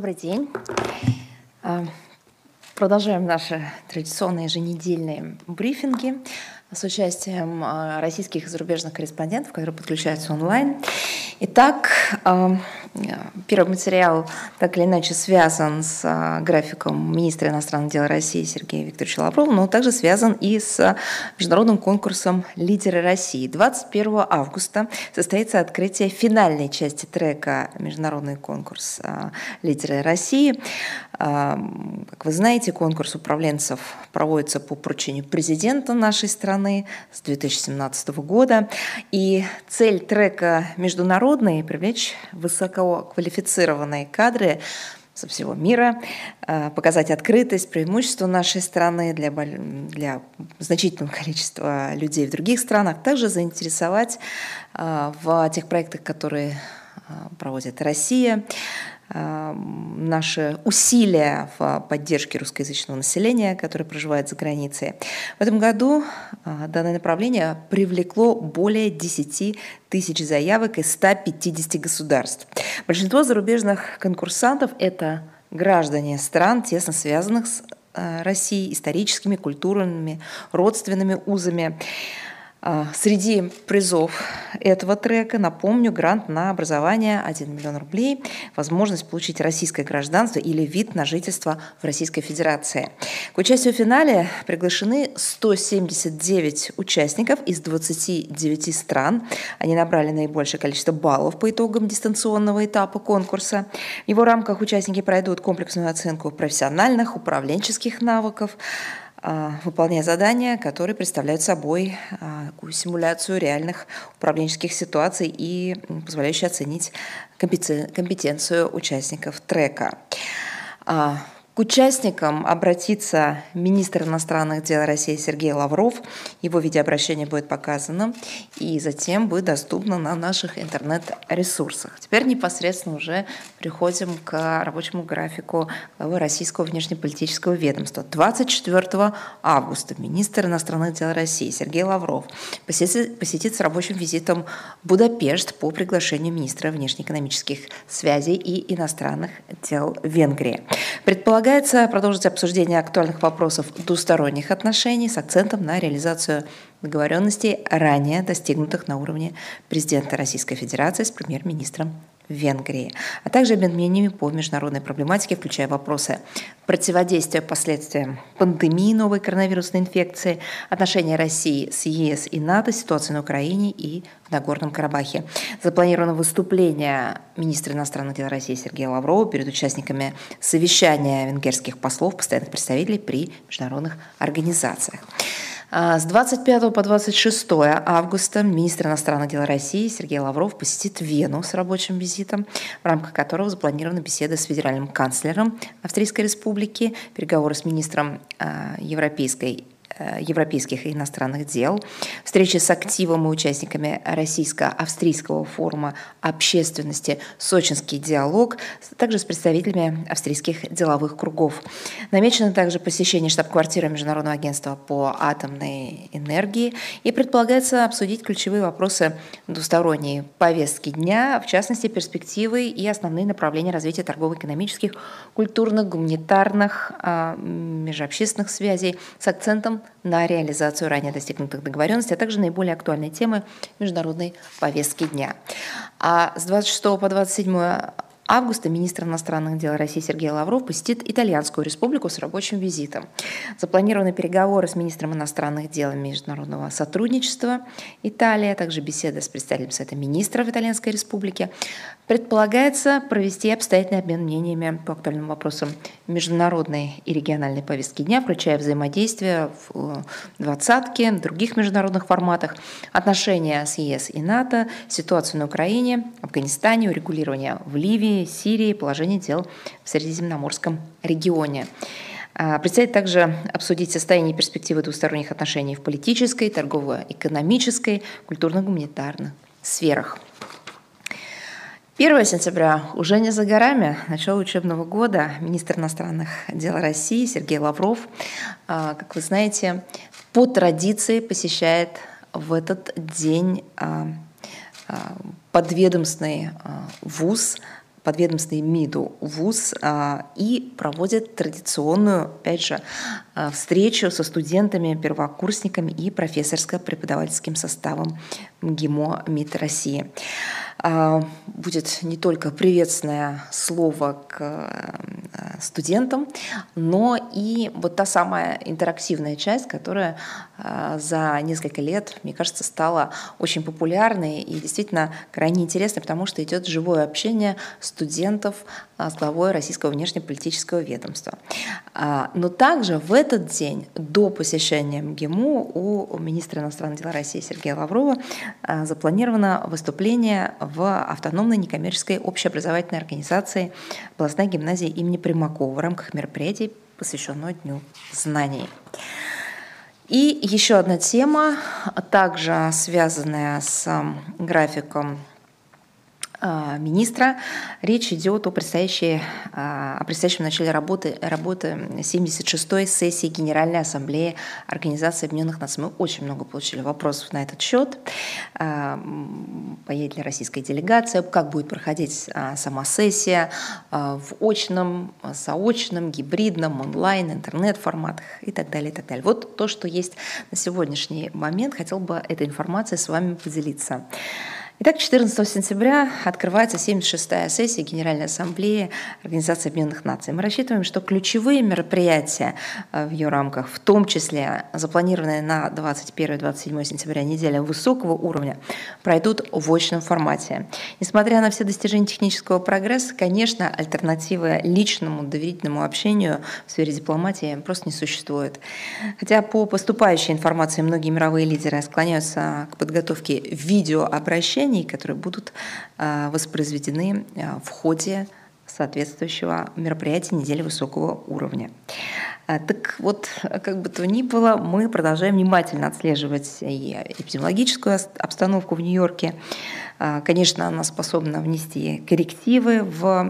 Добрый день. Продолжаем наши традиционные еженедельные брифинги с участием российских и зарубежных корреспондентов, которые подключаются онлайн. Итак, первый материал так или иначе связан с графиком министра иностранных дел России Сергея Викторовича Лаврова, но также связан и с международным конкурсом «Лидеры России». 21 августа состоится открытие финальной части трека «Международный конкурс «Лидеры России». Как вы знаете, конкурс управленцев проводится по поручению президента нашей страны с 2017 года. И цель трека «Международный» — привлечь высококвалифицированные кадры со всего мира, показать открытость, преимущество нашей страны для значительного количества людей в других странах, также заинтересовать в тех проектах, которые проводит Россия, наши усилия в поддержке русскоязычного населения, которое проживает за границей. В этом году данное направление привлекло более 10 тысяч заявок из 150 государств. Большинство зарубежных конкурсантов – это граждане стран, тесно связанных с Россией, историческими, культурными, родственными узами. Среди призов этого трека, напомню, грант на образование 1 миллион рублей, возможность получить российское гражданство или вид на жительство в Российской Федерации. К участию в финале приглашены 179 участников из 29 стран. Они набрали наибольшее количество баллов по итогам дистанционного этапа конкурса. В его рамках участники пройдут комплексную оценку профессиональных, управленческих навыков, выполняя задания, которые представляют собой такую симуляцию реальных управленческих ситуаций и позволяющие оценить компетенцию участников трека. К участникам обратится министр иностранных дел России Сергей Лавров. Его видеообращение будет показано и затем будет доступно на наших интернет-ресурсах. Теперь непосредственно уже переходим к рабочему графику главы Российского внешнеполитического ведомства. 24 августа министр иностранных дел России Сергей Лавров посетит с рабочим визитом Будапешт по приглашению министра внешнеэкономических связей и иностранных дел Венгрии. Предполагается продолжить обсуждение актуальных вопросов двусторонних отношений с акцентом на реализацию договоренностей, ранее достигнутых на уровне президента Российской Федерации с премьер-министром Венгрии, а также обмен мнениями по международной проблематике, включая вопросы противодействия последствиям пандемии новой коронавирусной инфекции, отношения России с ЕС и НАТО, ситуации на Украине и в Нагорном Карабахе. Запланировано выступление министра иностранных дел России Сергея Лаврова перед участниками совещания венгерских послов, постоянных представителей при международных организациях. С 25 по 26 августа министр иностранных дел России Сергей Лавров посетит Вену с рабочим визитом, в рамках которого запланирована беседа с федеральным канцлером Австрийской Республики, переговоры с министром европейских и иностранных дел, встречи с активом и участниками российско-австрийского форума общественности «Сочинский диалог», также с представителями австрийских деловых кругов. Намечено также посещение штаб-квартиры Международного агентства по атомной энергии и предполагается обсудить ключевые вопросы двусторонней повестки дня, в частности, перспективы и основные направления развития торгово-экономических, культурных, гуманитарных, межобщественных связей с акцентом на реализацию ранее достигнутых договоренностей, а также наиболее актуальные темы международной повестки дня. А с 26 по 27 августа министр иностранных дел России Сергей Лавров посетит Итальянскую республику с рабочим визитом. Запланированы переговоры с министром иностранных дел и международного сотрудничества Италии, а также беседа с представителем Совета министров Итальянской республики. Предполагается провести обстоятельный обмен мнениями по актуальным вопросам международной и региональной повестки дня, включая взаимодействие в двадцатке, других международных форматах, отношения с ЕС и НАТО, ситуацию на Украине, Афганистане, урегулирование в Ливии, Сирии, положение дел в Средиземноморском регионе. Предстоит также обсудить состояние и перспективы двусторонних отношений в политической, торгово-экономической, культурно-гуманитарных сферах. 1 сентября уже не за горами, начало учебного года. Министр иностранных дел России Сергей Лавров, как вы знаете, по традиции посещает в этот день подведомственный вуз подведомственный МИДу вуз и проводит традиционную, опять же, встречу со студентами, первокурсниками и профессорско-преподавательским составом МГИМО МИД России. Будет не только приветственное слово к студентам, но и вот та самая интерактивная часть, которая за несколько лет, мне кажется, стала очень популярной и действительно крайне интересной, потому что идет живое общение студентов с главой Российского внешнеполитического ведомства. Но также в этот день до посещения МГИМО у министра иностранных дел России Сергея Лаврова запланировано выступление в автономной некоммерческой общеобразовательной организации областной гимназии имени Примакова в рамках мероприятий, посвященного Дню знаний. И еще одна тема, также связанная с графиком министра. Речь идет о предстоящем начале работы 76-й сессии Генеральной Ассамблеи Организации Объединенных Наций. Мы очень много получили вопросов на этот счет. Поедет ли российская делегация, как будет проходить сама сессия в очном, заочном, гибридном, онлайн, интернет-форматах и так далее, и так далее. Вот то, что есть на сегодняшний момент. Хотел бы этой информацией с вами поделиться. Итак, 14 сентября открывается 76-я сессия Генеральной Ассамблеи Организации Объединенных Наций. Мы рассчитываем, что ключевые мероприятия в ее рамках, в том числе запланированные на 21-27 сентября неделя высокого уровня, пройдут в очном формате. Несмотря на все достижения технического прогресса, конечно, альтернативы личному доверительному общению в сфере дипломатии просто не существует. Хотя по поступающей информации многие мировые лидеры склоняются к подготовке видеообращений, которые будут воспроизведены в ходе соответствующего мероприятия недели высокого уровня. Так вот, как бы то ни было, мы продолжаем внимательно отслеживать и эпидемиологическую обстановку в Нью-Йорке. Конечно, она способна внести коррективы в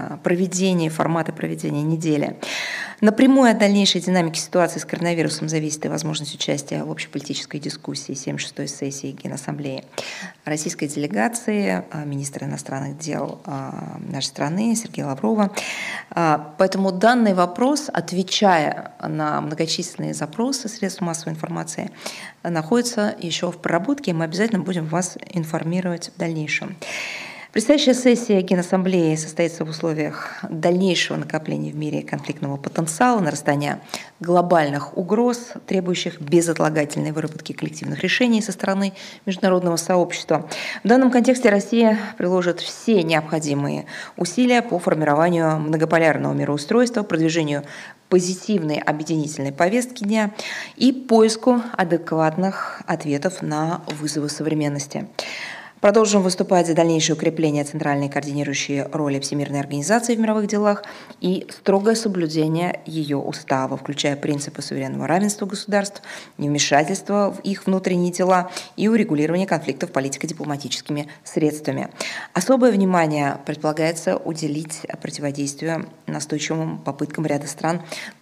форматы проведения недели. Напрямую от дальнейшей динамики ситуации с коронавирусом зависит и возможность участия в общеполитической дискуссии 76-й сессии Генассамблеи российской делегации, министра иностранных дел нашей страны Сергея Лаврова. Поэтому данный вопрос, отвечая на многочисленные запросы средств массовой информации, находится еще в проработке, и мы обязательно будем вас информировать в дальнейшем. Предстоящая сессия Генассамблеи состоится в условиях дальнейшего накопления в мире конфликтного потенциала, нарастания глобальных угроз, требующих безотлагательной выработки коллективных решений со стороны международного сообщества. В данном контексте Россия приложит все необходимые усилия по формированию многополярного мироустройства, продвижению позитивной объединительной повестки дня и поиску адекватных ответов на вызовы современности. Продолжим выступать за дальнейшее укрепление центральной координирующей роли Всемирной организации в мировых делах и строгое соблюдение ее устава, включая принципы суверенного равенства государств, невмешательства в их внутренние дела и урегулирование конфликтов политико-дипломатическими средствами. Особое внимание предполагается уделить противодействию настойчивым попыткам ряда стран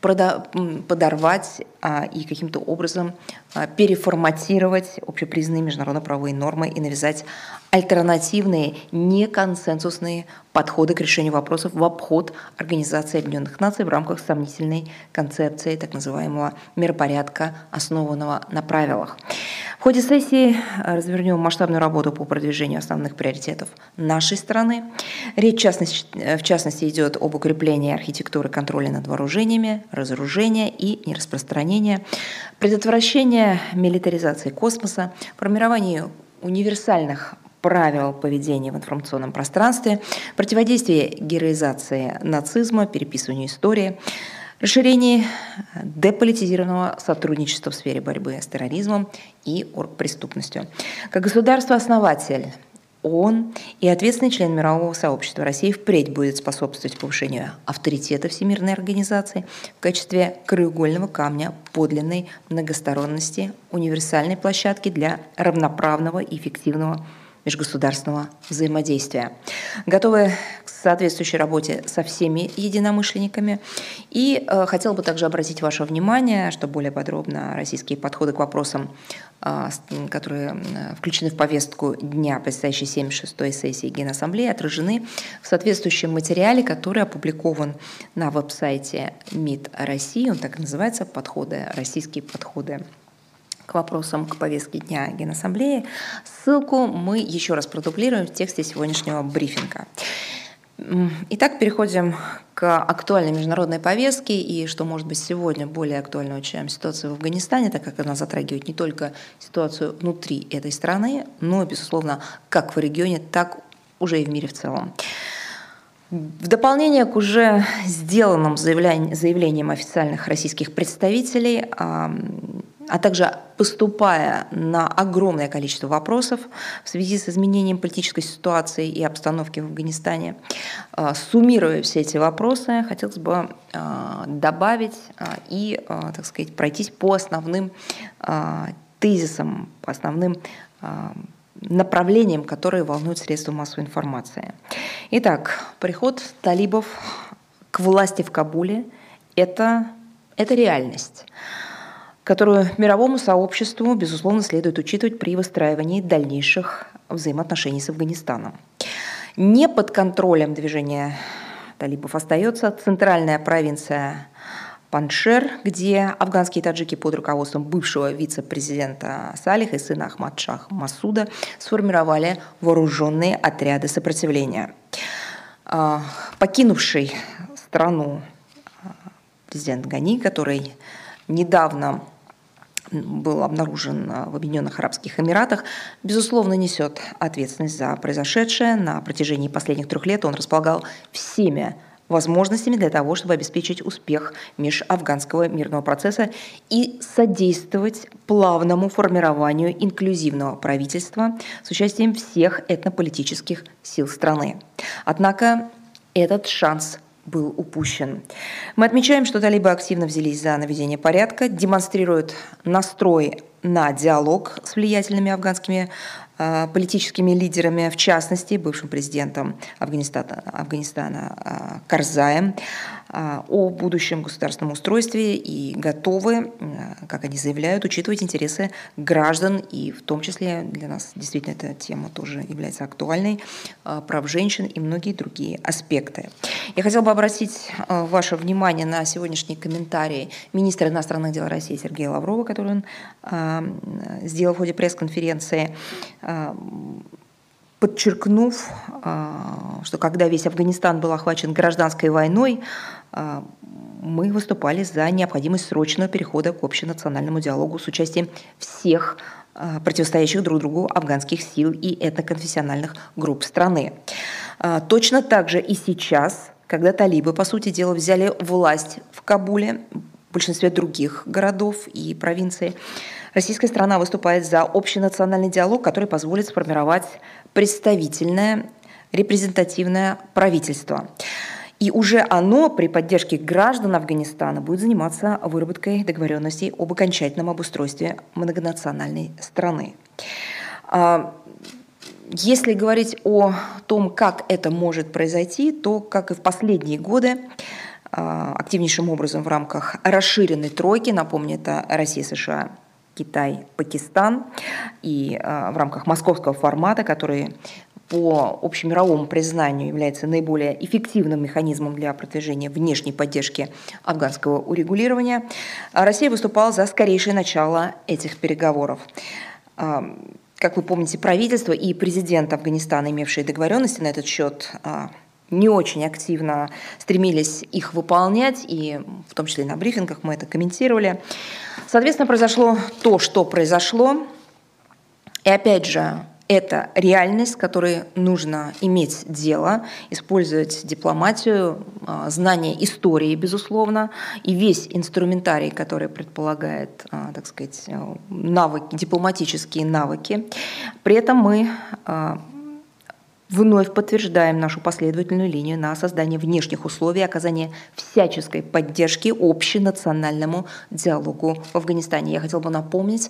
подорвать и каким-то образом переформатировать общепризнанные международно-правовые нормы и навязать альтернативные, неконсенсусные подходы к решению вопросов в обход Организации Объединенных Наций в рамках сомнительной концепции так называемого миропорядка, основанного на правилах. В ходе сессии развернем масштабную работу по продвижению основных приоритетов нашей страны. Речь, в частности, идет об укреплении архитектуры контроля над вооружениями, разоружения и нераспространения, предотвращения милитаризации космоса, формировании универсальных правил поведения в информационном пространстве, противодействие героизации нацизма, переписыванию истории, расширение деполитизированного сотрудничества в сфере борьбы с терроризмом и оргпреступностью. Как государство-основатель ООН и ответственный член мирового сообщества России впредь будет способствовать повышению авторитета Всемирной организации в качестве краеугольного камня подлинной многосторонности, универсальной площадки для равноправного и эффективного межгосударственного взаимодействия. Готовы к соответствующей работе со всеми единомышленниками. И хотела бы также обратить ваше внимание, что более подробно российские подходы к вопросам, которые включены в повестку дня предстоящей 76-й сессии Генассамблеи, отражены в соответствующем материале, который опубликован на веб-сайте МИД России. Он так и называется «Российские подходы к вопросам к повестке дня Генассамблеи». Ссылку мы еще раз продублируем в тексте сегодняшнего брифинга. Итак, переходим к актуальной международной повестке, и что может быть сегодня более актуального, чем ситуация в Афганистане, так как она затрагивает не только ситуацию внутри этой страны, но и, безусловно, как в регионе, так уже и в мире в целом. В дополнение к уже сделанным заявлениям официальных российских представителей, а также поступая на огромное количество вопросов в связи с изменением политической ситуации и обстановки в Афганистане, суммируя все эти вопросы, хотелось бы добавить и, так сказать, пройтись по основным тезисам, по основным направлениям, которые волнуют средства массовой информации. Итак, приход талибов к власти в Кабуле – это реальность, которую мировому сообществу, безусловно, следует учитывать при выстраивании дальнейших взаимоотношений с Афганистаном. Не под контролем движения талибов остается центральная провинция Паншер, где афганские таджики под руководством бывшего вице-президента Салиха и сына Ахмад-Шаха Масуда сформировали вооруженные отряды сопротивления. Покинувший страну президент Гани, который недавно был обнаружен в Объединенных Арабских Эмиратах, безусловно, несет ответственность за произошедшее. На протяжении последних 3 лет он располагал всеми возможностями для того, чтобы обеспечить успех межафганского мирного процесса и содействовать плавному формированию инклюзивного правительства с участием всех этнополитических сил страны. Однако этот шанс был упущен. Мы отмечаем, что талибы активно взялись за наведение порядка, демонстрируют настрой на диалог с влиятельными афганскими политическими лидерами, в частности, бывшим президентом Афганистана Карзаем, о будущем государственном устройстве и готовы, как они заявляют, учитывать интересы граждан, и в том числе для нас действительно эта тема тоже является актуальной, прав женщин и многие другие аспекты. Я хотела бы обратить ваше внимание на сегодняшний комментарий министра иностранных дел России Сергея Лаврова, который он сделал в ходе пресс-конференции, подчеркнув, что когда весь Афганистан был охвачен гражданской войной, мы выступали за необходимость срочного перехода к общенациональному диалогу с участием всех противостоящих друг другу афганских сил и этноконфессиональных групп страны. Точно так же и сейчас, когда талибы, по сути дела, взяли власть в Кабуле, в большинстве других городов и провинций, российская сторона выступает за общенациональный диалог, который позволит сформировать представительное, репрезентативное правительство. И уже оно при поддержке граждан Афганистана будет заниматься выработкой договоренностей об окончательном обустройстве многонациональной страны. Если говорить о том, как это может произойти, то, как и в последние годы, активнейшим образом в рамках расширенной тройки, напомню, это Россия, США, Китай, Пакистан, и в рамках московского формата, который по общемировому признанию является наиболее эффективным механизмом для продвижения внешней поддержки афганского урегулирования, Россия выступала за скорейшее начало этих переговоров. Как вы помните, правительство и президент Афганистана, имевшие договоренности на этот счет, не очень активно стремились их выполнять, и в том числе и на брифингах мы это комментировали. Соответственно, произошло то, что произошло. И опять же, это реальность, с которой нужно иметь дело, использовать дипломатию, знание истории, безусловно, и весь инструментарий, который предполагает, так сказать, навыки, дипломатические навыки. При этом мы вновь подтверждаем нашу последовательную линию на создание внешних условий оказания всяческой поддержки общенациональному диалогу в Афганистане. Я хотела бы напомнить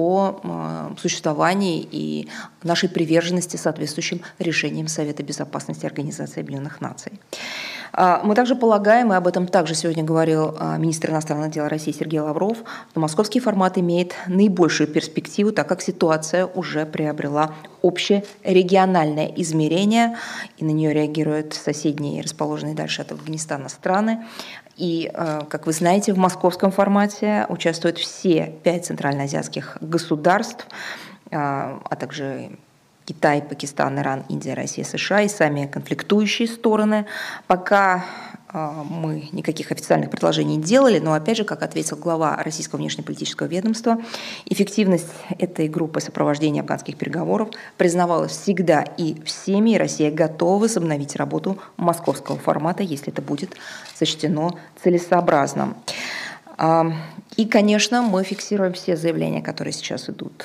о существовании и нашей приверженности соответствующим решениям Совета безопасности Организации Объединенных Наций. Мы также полагаем, и об этом также сегодня говорил министр иностранных дел России Сергей Лавров, что московский формат имеет наибольшую перспективу, так как ситуация уже приобрела общерегиональное измерение, и на нее реагируют соседние, расположенные дальше от Афганистана страны. И, как вы знаете, в московском формате участвуют все 5 центральноазиатских государств, а также Китай, Пакистан, Иран, Индия, Россия, США и сами конфликтующие стороны. Пока мы никаких официальных предложений не делали, но опять же, как ответил глава Российского внешнеполитического ведомства, эффективность этой группы сопровождения афганских переговоров признавалась всегда и всеми, и Россия готова возобновить работу московского формата, если это будет сочтено целесообразным. И, конечно, мы фиксируем все заявления, которые сейчас идут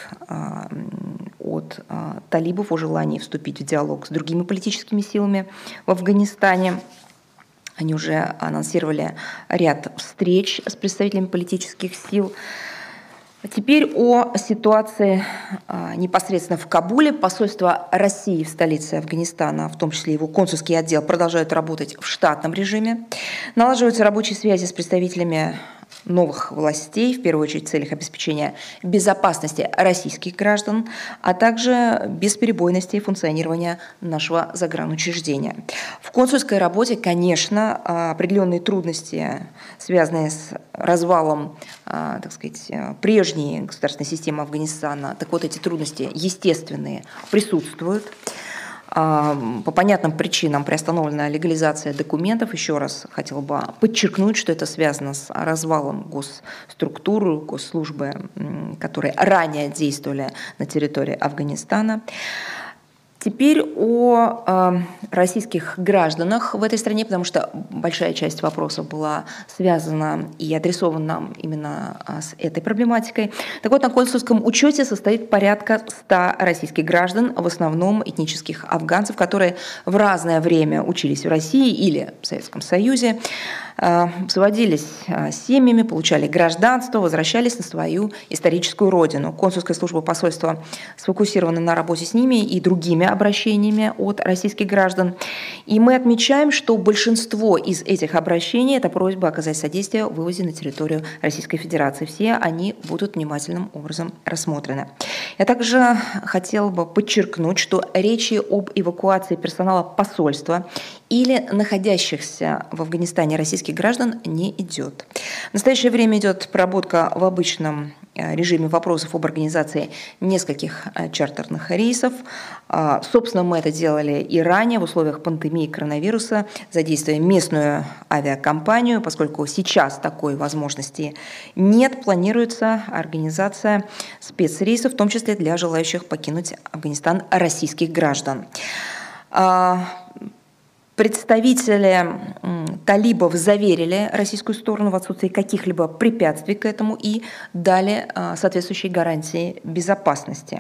от талибов о желании вступить в диалог с другими политическими силами в Афганистане. Они уже анонсировали ряд встреч с представителями политических сил. Теперь о ситуации непосредственно в Кабуле. Посольство России в столице Афганистана, в том числе его консульский отдел, продолжает работать в штатном режиме. Налаживаются рабочие связи с представителями новых властей, в первую очередь в целях обеспечения безопасности российских граждан, а также бесперебойности функционирования нашего загранучреждения. В консульской работе, конечно, определенные трудности, связанные с развалом, так сказать, прежней государственной системы Афганистана, так вот эти трудности естественные присутствуют. По понятным причинам приостановлена легализация документов. Еще раз хотела бы подчеркнуть, что это связано с развалом госструктуры, госслужбы, которые ранее действовали на территории Афганистана. Теперь о российских гражданах в этой стране, потому что большая часть вопросов была связана и адресована именно с этой проблематикой. Так вот, на консульском учете состоит порядка 100 российских граждан, в основном этнических афганцев, которые в разное время учились в России или в Советском Союзе, сводились семьями, получали гражданство, возвращались на свою историческую родину. Консульская служба посольства сфокусирована на работе с ними и другими обращениями от российских граждан. И мы отмечаем, что большинство из этих обращений – это просьба оказать содействие в вывозе на территорию Российской Федерации. Все они будут внимательным образом рассмотрены. Я также хотела бы подчеркнуть, что речи об эвакуации персонала посольства или находящихся в Афганистане российских граждан не идет. В настоящее время идет проработка в обычном режиме вопросов об организации нескольких чартерных рейсов. Собственно, мы это делали и ранее в условиях пандемии коронавируса, задействуя местную авиакомпанию, поскольку сейчас такой возможности нет, планируется организация спецрейсов, в том числе для желающих покинуть Афганистан российских граждан. Представители талибов заверили российскую сторону в отсутствии каких-либо препятствий к этому и дали соответствующие гарантии безопасности.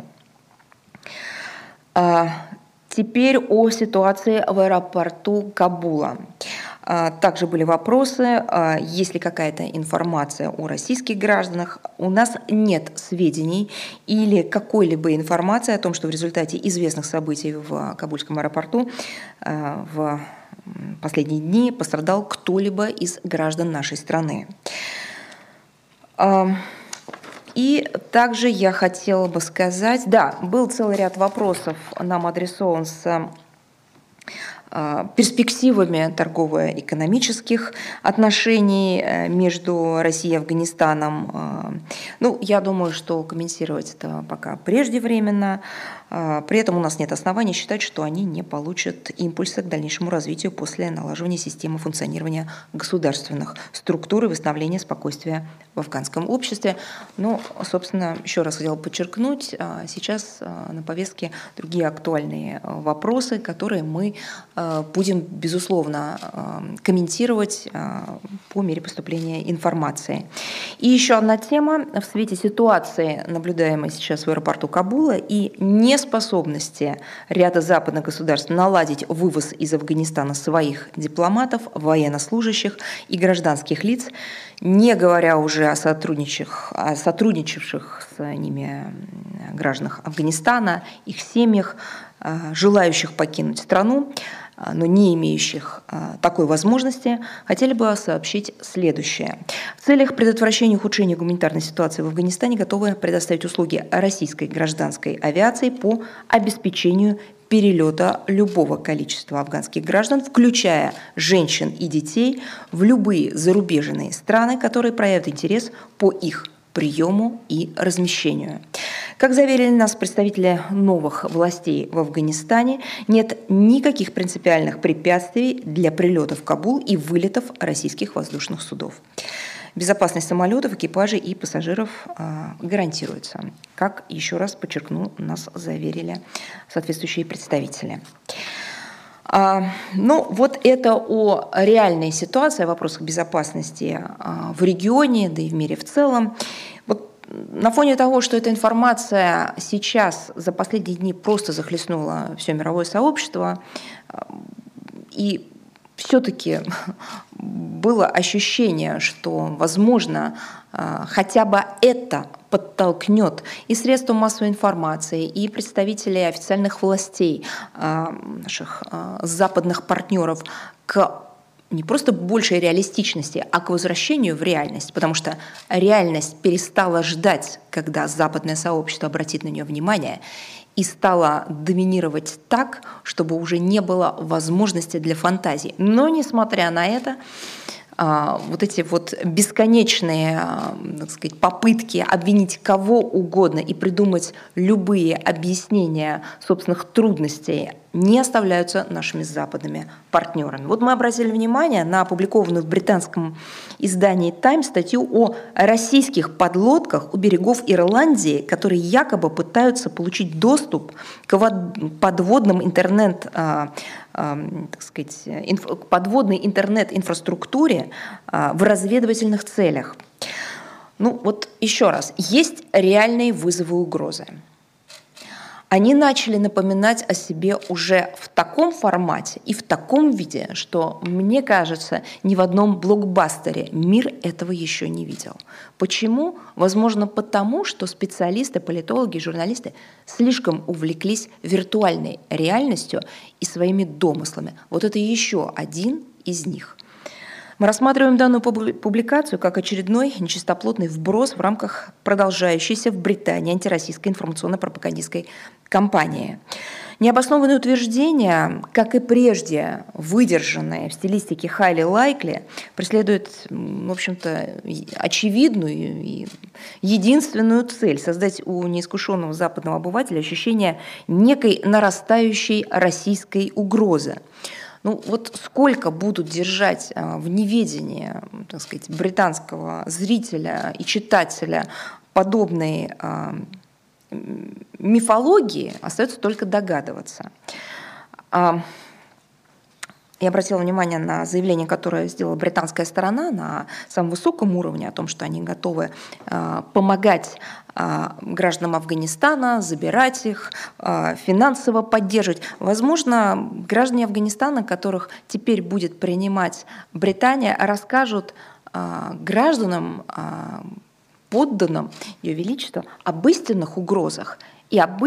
Теперь о ситуации в аэропорту Кабула. Также были вопросы, есть ли какая-то информация о российских гражданах. У нас нет сведений или какой-либо информации о том, что в результате известных событий в Кабульском аэропорту в последние дни пострадал кто-либо из граждан нашей страны. И также я хотела бы сказать, да, был целый ряд вопросов нам адресован с перспективами торгово-экономических отношений между Россией и Афганистаном. Ну, я думаю, что комментировать это пока преждевременно. При этом у нас нет оснований считать, что они не получат импульса к дальнейшему развитию после налаживания системы функционирования государственных структур и восстановления спокойствия в афганском обществе. Но, собственно, еще раз хотела подчеркнуть, сейчас на повестке другие актуальные вопросы, которые мы будем, безусловно, комментировать по мере поступления информации. И еще одна тема в свете ситуации, наблюдаемой сейчас в аэропорту Кабула, и неспособности ряда западных государств наладить вывоз из Афганистана своих дипломатов, военнослужащих и гражданских лиц, не говоря уже о сотрудничавших с ними гражданах Афганистана, их семьях, желающих покинуть страну, но не имеющих такой возможности, хотели бы сообщить следующее. В целях предотвращения ухудшения гуманитарной ситуации в Афганистане готовы предоставить услуги российской гражданской авиации по обеспечению перелета любого количества афганских граждан, включая женщин и детей, в любые зарубежные страны, которые проявят интерес по их приему и размещению. Как заверили нас представители новых властей в Афганистане, нет никаких принципиальных препятствий для прилетов в Кабул и вылетов российских воздушных судов. Безопасность самолетов, экипажей и пассажиров гарантируется. Как, еще раз подчеркну, нас заверили соответствующие представители. Ну, вот это о реальной ситуации, о вопросах безопасности в регионе, да и в мире в целом. Вот на фоне того, что эта информация сейчас за последние дни просто захлестнула все мировое сообщество, и все-таки было ощущение, что, возможно, хотя бы это подтолкнет и средства массовой информации, и представителей официальных властей, наших западных партнеров к не просто большей реалистичности, а к возвращению в реальность, потому что реальность перестала ждать, когда западное сообщество обратит на нее внимание, и стала доминировать так, чтобы уже не было возможности для фантазии. Но, несмотря на это, вот эти вот бесконечные, так сказать, попытки обвинить кого угодно и придумать любые объяснения собственных трудностей не оставляются нашими западными партнерами. Вот мы обратили внимание на опубликованную в британском издании «Таймс» статью о российских подлодках у берегов Ирландии, которые якобы пытаются получить доступ к подводным подводной интернет-инфраструктуре в разведывательных целях. Ну вот еще раз, есть реальные вызовы и угрозы. Они начали напоминать о себе уже в таком формате и в таком виде, что, мне кажется, ни в одном блокбастере мир этого еще не видел. Почему? Возможно, потому, что специалисты, политологи, журналисты слишком увлеклись виртуальной реальностью и своими домыслами. Вот это еще один из них. Мы рассматриваем данную публикацию как очередной нечистоплотный вброс в рамках продолжающейся в Британии антироссийской информационно-пропагандистской кампании. Необоснованные утверждения, как и прежде выдержанные в стилистике highly likely, преследуют, в общем-то, очевидную и единственную цель – создать у неискушенного западного обывателя ощущение некой нарастающей российской угрозы. Ну вот сколько будут держать в неведении, так сказать, британского зрителя и читателя подобной мифологии, остается только догадываться. Я обратила внимание на заявление, которое сделала британская сторона на самом высоком уровне о том, что они готовы помогать гражданам Афганистана, забирать их, финансово поддерживать. Возможно, граждане Афганистана, которых теперь будет принимать Британия, расскажут гражданам, подданным Ее Величества, об истинных угрозах и об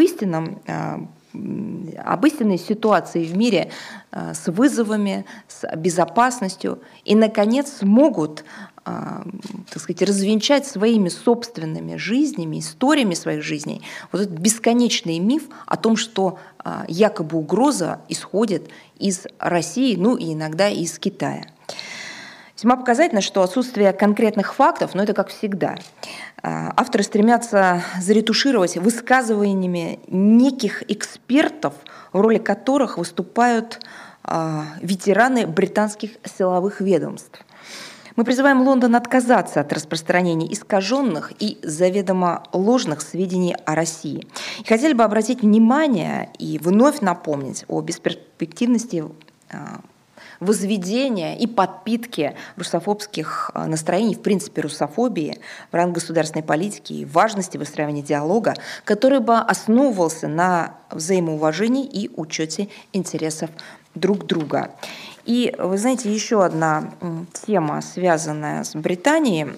истинной ситуации в мире с вызовами, с безопасностью, и, наконец, смогут, так сказать, развенчать своими собственными жизнями, историями своих жизней вот этот бесконечный миф о том, что якобы угроза исходит из России, ну и иногда из Китая. Весьма показательно, что отсутствие конкретных фактов, но это как всегда. Авторы стремятся заретушировать высказываниями неких экспертов, в роли которых выступают ветераны британских силовых ведомств. Мы призываем Лондон отказаться от распространения искаженных и заведомо ложных сведений о России. И хотели бы обратить внимание и вновь напомнить о бесперспективности возведения и подпитки русофобских настроений, в принципе, русофобии в рамках государственной политики и важности выстраивания диалога, который бы основывался на взаимоуважении и учете интересов друг друга. И, вы знаете, еще одна тема, связанная с Британией.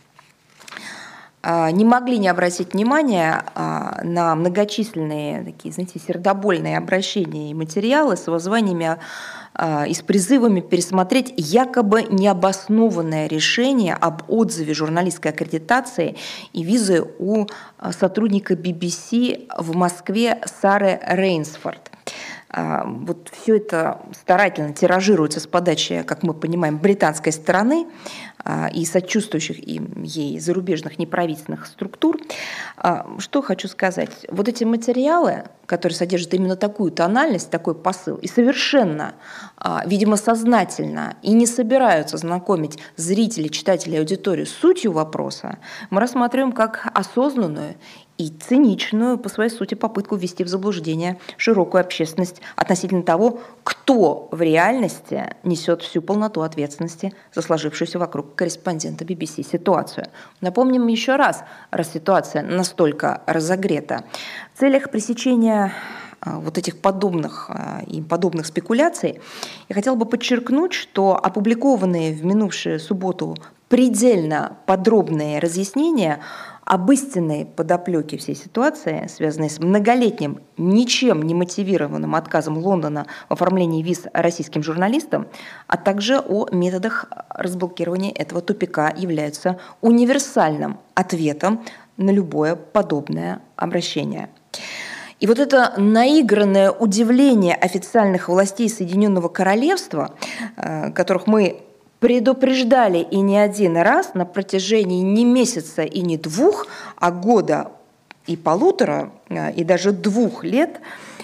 Не могли не обратить внимания на многочисленные такие, знаете, сердобольные обращения и материалы с воззваниями и с призывами пересмотреть якобы необоснованное решение об отзыве журналистской аккредитации и визы у сотрудника BBC в Москве Сары Рейнсфорд. Вот все это старательно тиражируется с подачи, как мы понимаем, британской стороны и сочувствующих им ей зарубежных неправительственных структур. Что хочу сказать. Вот эти материалы, которые содержат именно такую тональность, такой посыл, и совершенно, видимо, сознательно и не собираются знакомить зрителей, читателей, аудиторию с сутью вопроса, мы рассматриваем как осознанную и циничную по своей сути попытку ввести в заблуждение широкую общественность относительно того, кто в реальности несет всю полноту ответственности за сложившуюся вокруг корреспондента BBC ситуацию. Напомним еще раз ситуация настолько разогрета. В целях пресечения вот этих подобных спекуляций я хотела бы подчеркнуть, что опубликованные в минувшую субботу предельно подробные разъяснения об истинной подоплеке всей ситуации, связанной с многолетним, ничем не мотивированным отказом Лондона в оформлении виз российским журналистам, а также о методах разблокирования этого тупика, являются универсальным ответом на любое подобное обращение. И вот это наигранное удивление официальных властей Соединенного Королевства, которых мы предупреждали и не один раз на протяжении не месяца и не двух, а года и полутора, и даже 2 лет,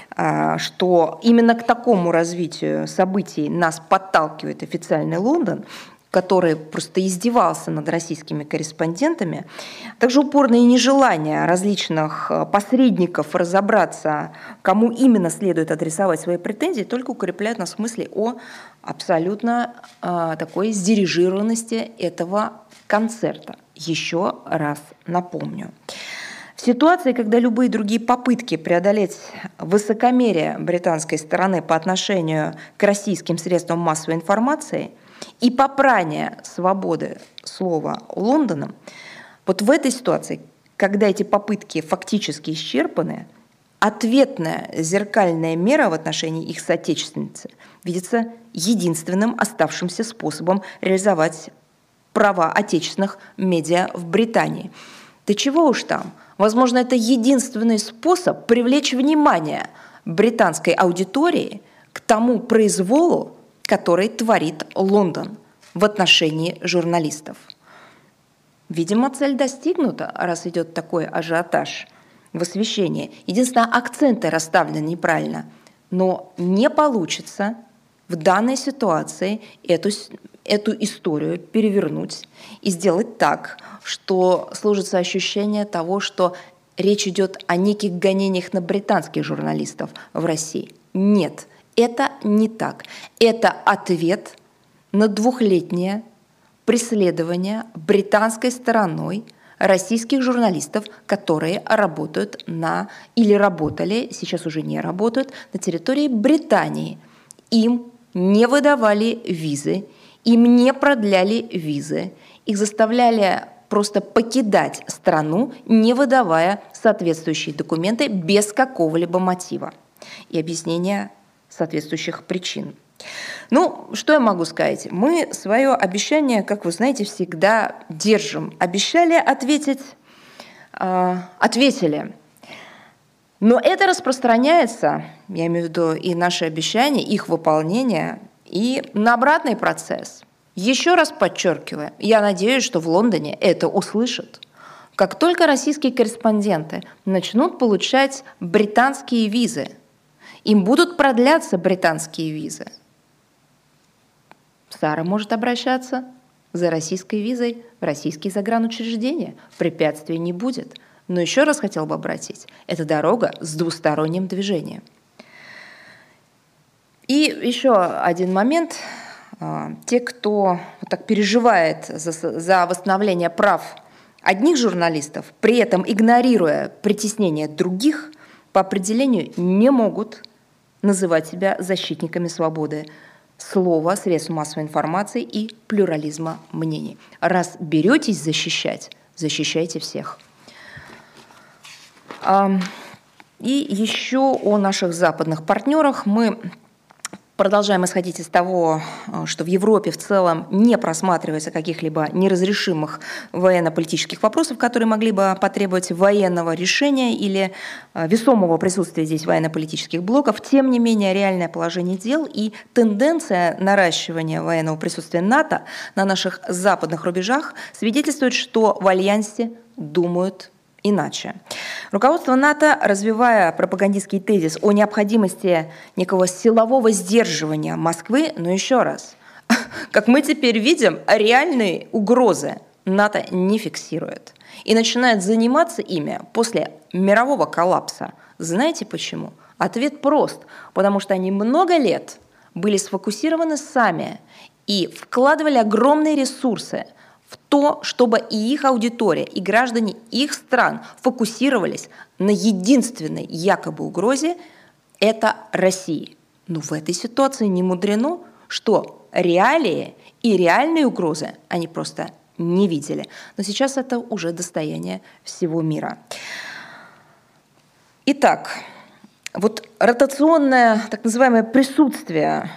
что именно к такому развитию событий нас подталкивает официальный Лондон, который просто издевался над российскими корреспондентами, также упорное нежелание различных посредников разобраться, кому именно следует адресовать свои претензии, только укрепляют нас в мысли о абсолютно такой сдирижированности этого концерта. Еще раз напомню. В ситуации, когда любые другие попытки преодолеть высокомерие британской стороны по отношению к российским средствам массовой информации и попрание свободы слова Лондоном, вот в этой ситуации, когда эти попытки фактически исчерпаны, ответная зеркальная мера в отношении их соотечественницы видится единственным оставшимся способом реализовать права отечественных медиа в Британии. Да чего уж там, возможно, это единственный способ привлечь внимание британской аудитории к тому произволу, который творит Лондон в отношении журналистов. Видимо, цель достигнута, раз идет такой ажиотаж в освещении. Единственное, акценты расставлены неправильно, но не получится в данной ситуации эту историю перевернуть и сделать так, что сложится ощущение того, что речь идет о неких гонениях на британских журналистов в России. Нет, это не так. Это ответ на 2-летнее преследование британской стороной российских журналистов, которые работают или работали, сейчас уже не работают, на территории Британии. Им не выдавали визы, им не продляли визы, их заставляли просто покидать страну, не выдавая соответствующие документы без какого-либо мотива и объяснения соответствующих причин. Ну, что я могу сказать? Мы свое обещание, как вы знаете, всегда держим. Обещали ответить, ответили. Но это распространяется, я имею в виду и наши обещания, их выполнение, и на обратный процесс. Еще раз подчеркиваю, я надеюсь, что в Лондоне это услышат. Как только российские корреспонденты начнут получать британские визы, им будут продляться британские визы, Сара может обращаться за российской визой в российские загранучреждения. Препятствий не будет. Но еще раз хотела бы обратить, это дорога с двусторонним движением. И еще один момент. Те, кто вот так переживает за восстановление прав одних журналистов, при этом игнорируя притеснение других, по определению не могут называть себя защитниками свободы слова, средств массовой информации и плюрализма мнений. Раз беретесь защищать, защищайте всех. И еще о наших западных партнерах. Мы продолжаем исходить из того, что в Европе в целом не просматривается каких-либо неразрешимых военно-политических вопросов, которые могли бы потребовать военного решения или весомого присутствия здесь военно-политических блоков. Тем не менее, реальное положение дел и тенденция наращивания военного присутствия НАТО на наших западных рубежах свидетельствует, что в Альянсе думают иначе. Руководство НАТО, развивая пропагандистский тезис о необходимости некого силового сдерживания Москвы, но еще раз, как мы теперь видим, реальные угрозы НАТО не фиксирует и начинает заниматься ими после мирового коллапса. Знаете почему? Ответ прост, потому что они много лет были сфокусированы сами и вкладывали огромные ресурсы в то, чтобы и их аудитория, и граждане их стран фокусировались на единственной якобы угрозе – это России. Но в этой ситуации не мудрено, что реалии и реальные угрозы они просто не видели. Но сейчас это уже достояние всего мира. Итак, вот ротационное так называемое присутствие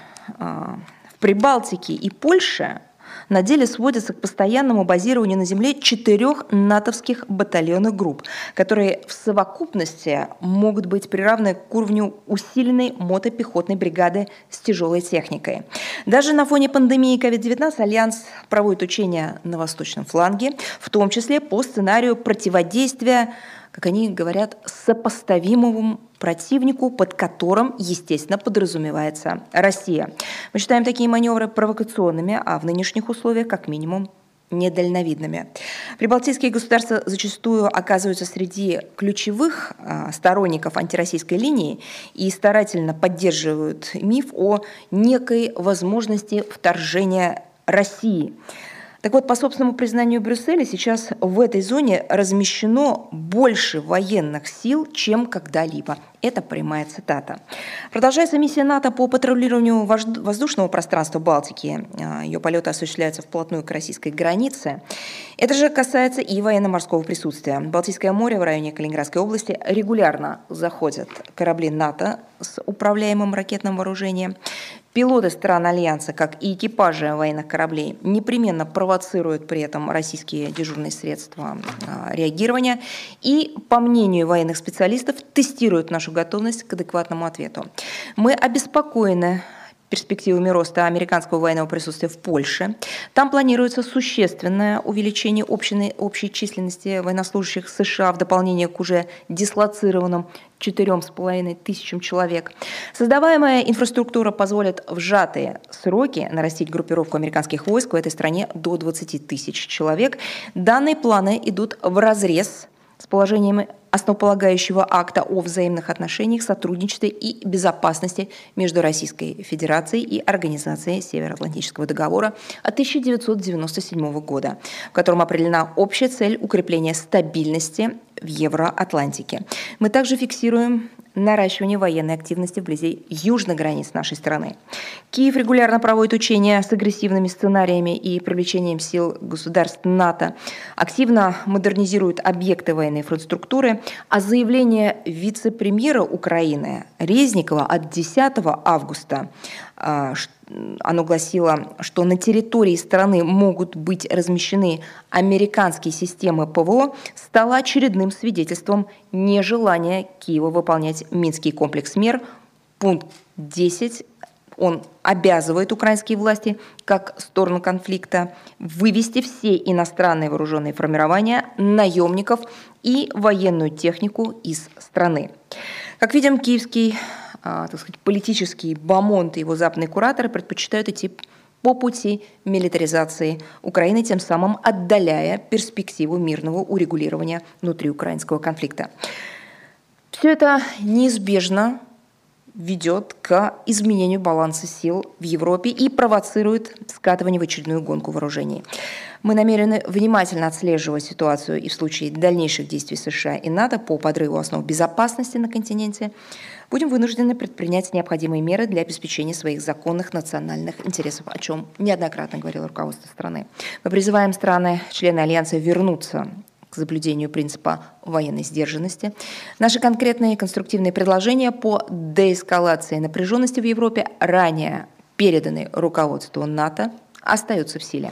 в Прибалтике и Польше на деле сводится к постоянному базированию на земле 4 натовских батальонных групп, которые в совокупности могут быть приравнены к уровню усиленной мотопехотной бригады с тяжелой техникой. Даже на фоне пандемии COVID-19 Альянс проводит учения на восточном фланге, в том числе по сценарию противодействия, как они говорят, сопоставимому противнику, под которым, естественно, подразумевается Россия. Мы считаем такие маневры провокационными, а в нынешних условиях, как минимум, недальновидными. Прибалтийские государства зачастую оказываются среди ключевых сторонников антироссийской линии и старательно поддерживают миф о некой возможности вторжения России. Так вот, по собственному признанию Брюсселя, сейчас в этой зоне размещено больше военных сил, чем когда-либо. Это прямая цитата. Продолжается миссия НАТО по патрулированию воздушного пространства Балтики. Ее полеты осуществляются вплотную к российской границе. Это же касается и военно-морского присутствия. В Балтийское море в районе Калининградской области регулярно заходят корабли НАТО с управляемым ракетным вооружением. Пилоты стран Альянса, как и экипажи военных кораблей, непременно провоцируют при этом российские дежурные средства реагирования и, по мнению военных специалистов, тестируют нашу готовность к адекватному ответу. Мы обеспокоены перспективами роста американского военного присутствия в Польше. Там планируется существенное увеличение общей численности военнослужащих США в дополнение к уже дислоцированным 4,5 тысячам человек. Создаваемая инфраструктура позволит в сжатые сроки нарастить группировку американских войск в этой стране до 20 тысяч человек. Данные планы идут вразрез с положениями основополагающего акта о взаимных отношениях, сотрудничестве и безопасности между Российской Федерацией и Организацией Североатлантического договора от 1997 года, в котором определена общая цель укрепления стабильности в Евроатлантике. Мы также фиксируем наращивание военной активности вблизи южных границ нашей страны. Киев регулярно проводит учения с агрессивными сценариями и привлечением сил государств НАТО, активно модернизирует объекты военной инфраструктуры, а заявление вице-премьера Украины Резникова от 10 августа, оно гласило, что на территории страны могут быть размещены американские системы ПВО, стало очередным свидетельством нежелания Киева выполнять Минский комплекс мер. Пункт 10. Он обязывает украинские власти, как сторону конфликта, вывести все иностранные вооруженные формирования, наемников и военную технику из страны. Как видим, киевский политический бомонд и его западные кураторы предпочитают идти по пути милитаризации Украины, тем самым отдаляя перспективу мирного урегулирования внутриукраинского конфликта. Все это неизбежно ведет к изменению баланса сил в Европе и провоцирует скатывание в очередную гонку вооружений. Мы намерены внимательно отслеживать ситуацию и в случае дальнейших действий США и НАТО по подрыву основ безопасности на континенте будем вынуждены предпринять необходимые меры для обеспечения своих законных национальных интересов, о чем неоднократно говорило руководство страны. Мы призываем страны, члены Альянса, вернуться к соблюдению принципа военной сдержанности. Наши конкретные конструктивные предложения по деэскалации напряженности в Европе, ранее переданы руководству НАТО, остаются в силе.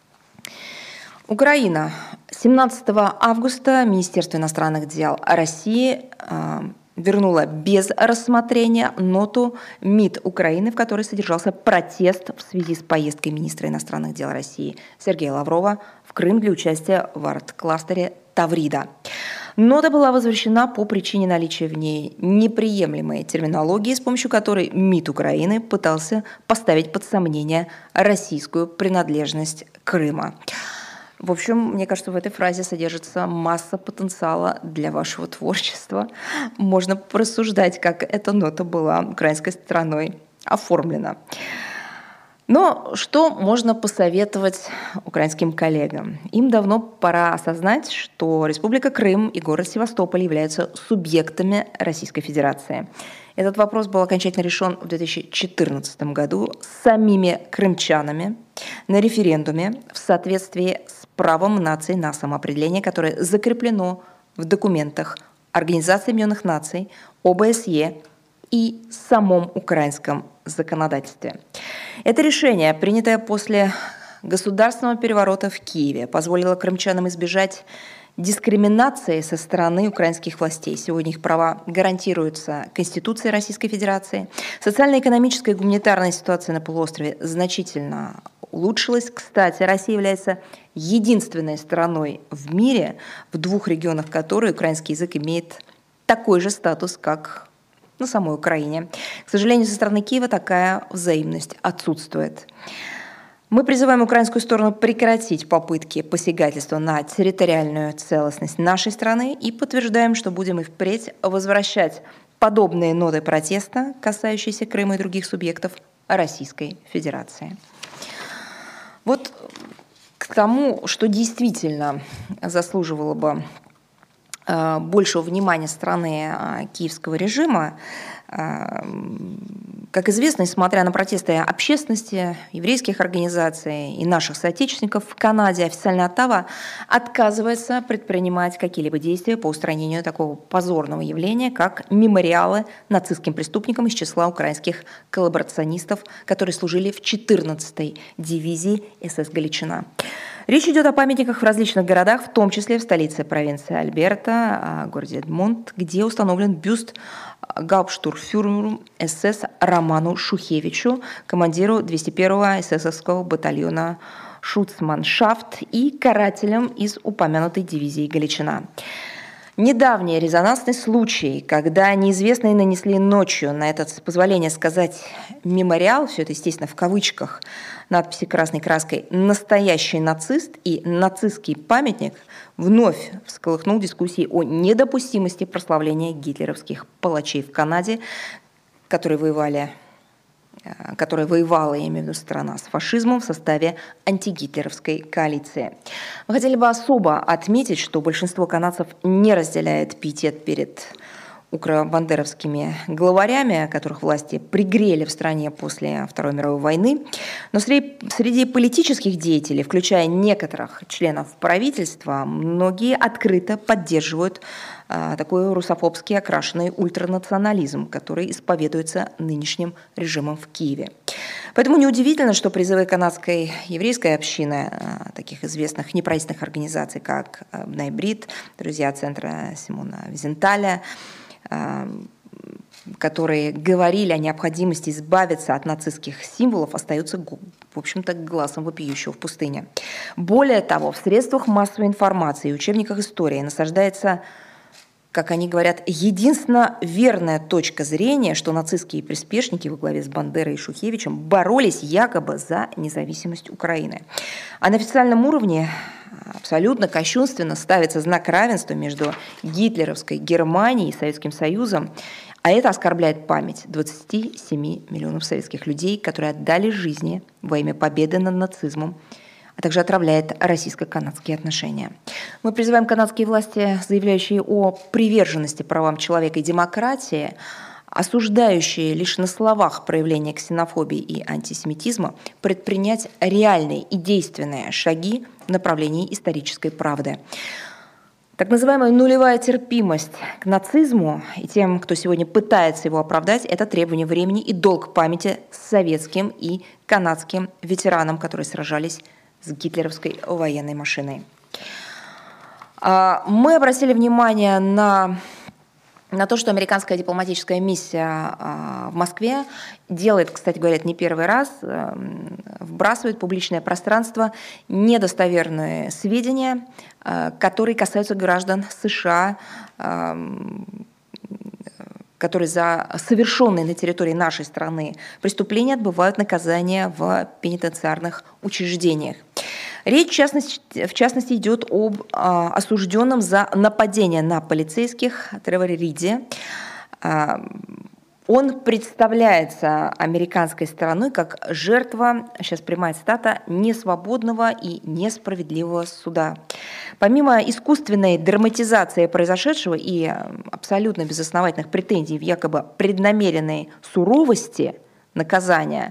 Украина. 17 августа Министерство иностранных дел России вернула без рассмотрения ноту МИД Украины, в которой содержался протест в связи с поездкой министра иностранных дел России Сергея Лаврова в Крым для участия в арт-кластере «Таврида». Нота была возвращена по причине наличия в ней неприемлемой терминологии, с помощью которой МИД Украины пытался поставить под сомнение российскую принадлежность Крыма. В общем, мне кажется, в этой фразе содержится масса потенциала для вашего творчества. Можно порассуждать, как эта нота была украинской стороной оформлена. Но что можно посоветовать украинским коллегам? Им давно пора осознать, что Республика Крым и город Севастополь являются субъектами Российской Федерации. Этот вопрос был окончательно решен в 2014 году самими крымчанами на референдуме в соответствии с правом наций на самоопределение, которое закреплено в документах Организации Объединенных Наций, ОБСЕ и самом украинском законодательстве. Это решение, принятое после государственного переворота в Киеве, позволило крымчанам избежать дискриминации со стороны украинских властей. Сегодня их права гарантируются Конституцией Российской Федерации. Социально-экономическая и гуманитарная ситуация на полуострове значительно улучшилась. Кстати, Россия является единственной страной в мире, в двух регионах которой украинский язык имеет такой же статус, как на самой Украине. К сожалению, со стороны Киева такая взаимность отсутствует. Мы призываем украинскую сторону прекратить попытки посягательства на территориальную целостность нашей страны и подтверждаем, что будем и впредь возвращать подобные ноты протеста, касающиеся Крыма и других субъектов Российской Федерации. Вот к тому, что действительно заслуживало бы большего внимания страны киевского режима. Как известно, несмотря на протесты общественности, еврейских организаций и наших соотечественников в Канаде, официальная Оттава отказывается предпринимать какие-либо действия по устранению такого позорного явления, как мемориалы нацистским преступникам из числа украинских коллаборационистов, которые служили в 14-й дивизии СС «Галичина». Речь идет о памятниках в различных городах, в том числе в столице провинции Альберта, городе Эдмонт, где установлен бюст гауптштурмфюреру СС Роману Шухевичу, командиру 201-го эсэсовского батальона «Шуцманшафт» и карателям из упомянутой дивизии «Галичина». Недавний резонансный случай, когда неизвестные нанесли ночью на этот, с позволения сказать, мемориал, все это, естественно, в кавычках, надписи красной краской «Настоящий нацист» и «Нацистский памятник», вновь всколыхнул дискуссии о недопустимости прославления гитлеровских палачей в Канаде, которые воевала, я имею в виду, страна с фашизмом в составе антигитлеровской коалиции. Мы хотели бы особо отметить, что большинство канадцев не разделяет пиетет перед укробандеровскими главарями, которых власти пригрели в стране после Второй мировой войны. Но среди политических деятелей, включая некоторых членов правительства, многие открыто поддерживают такой русофобски окрашенный ультранационализм, который исповедуется нынешним режимом в Киеве. Поэтому неудивительно, что призывы канадской еврейской общины, таких известных неправительственных организаций, как Найбрид, друзья центра Симона Визенталя, которые говорили о необходимости избавиться от нацистских символов, остаются, в общем-то, глазом вопиющего в пустыне. Более того, в средствах массовой информации и учебниках истории насаждается, как они говорят, единственно верная точка зрения, что нацистские приспешники во главе с Бандерой и Шухевичем боролись якобы за независимость Украины. А на официальном уровне абсолютно кощунственно ставится знак равенства между гитлеровской Германией и Советским Союзом, а это оскорбляет память 27 миллионов советских людей, которые отдали жизни во имя победы над нацизмом, а также отравляет российско-канадские отношения. Мы призываем канадские власти, заявляющие о приверженности правам человека и демократии, осуждающие лишь на словах проявления ксенофобии и антисемитизма, предпринять реальные и действенные шаги в направлении исторической правды. Так называемая нулевая терпимость к нацизму и тем, кто сегодня пытается его оправдать, это требование времени и долг памяти советским и канадским ветеранам, которые сражались с гитлеровской военной машиной. Мы обратили внимание на то, что американская дипломатическая миссия в Москве делает, кстати говоря, это не первый раз, вбрасывает в публичное пространство недостоверные сведения, которые касаются граждан США, которые за совершенные на территории нашей страны преступления отбывают наказание в пенитенциарных учреждениях. Речь, в частности, идет об осужденном за нападение на полицейских Треворе Риде. Он представляется американской стороной как жертва, сейчас прямая цитата, несвободного и несправедливого суда. Помимо искусственной драматизации произошедшего и абсолютно безосновательных претензий в якобы преднамеренной суровости наказания,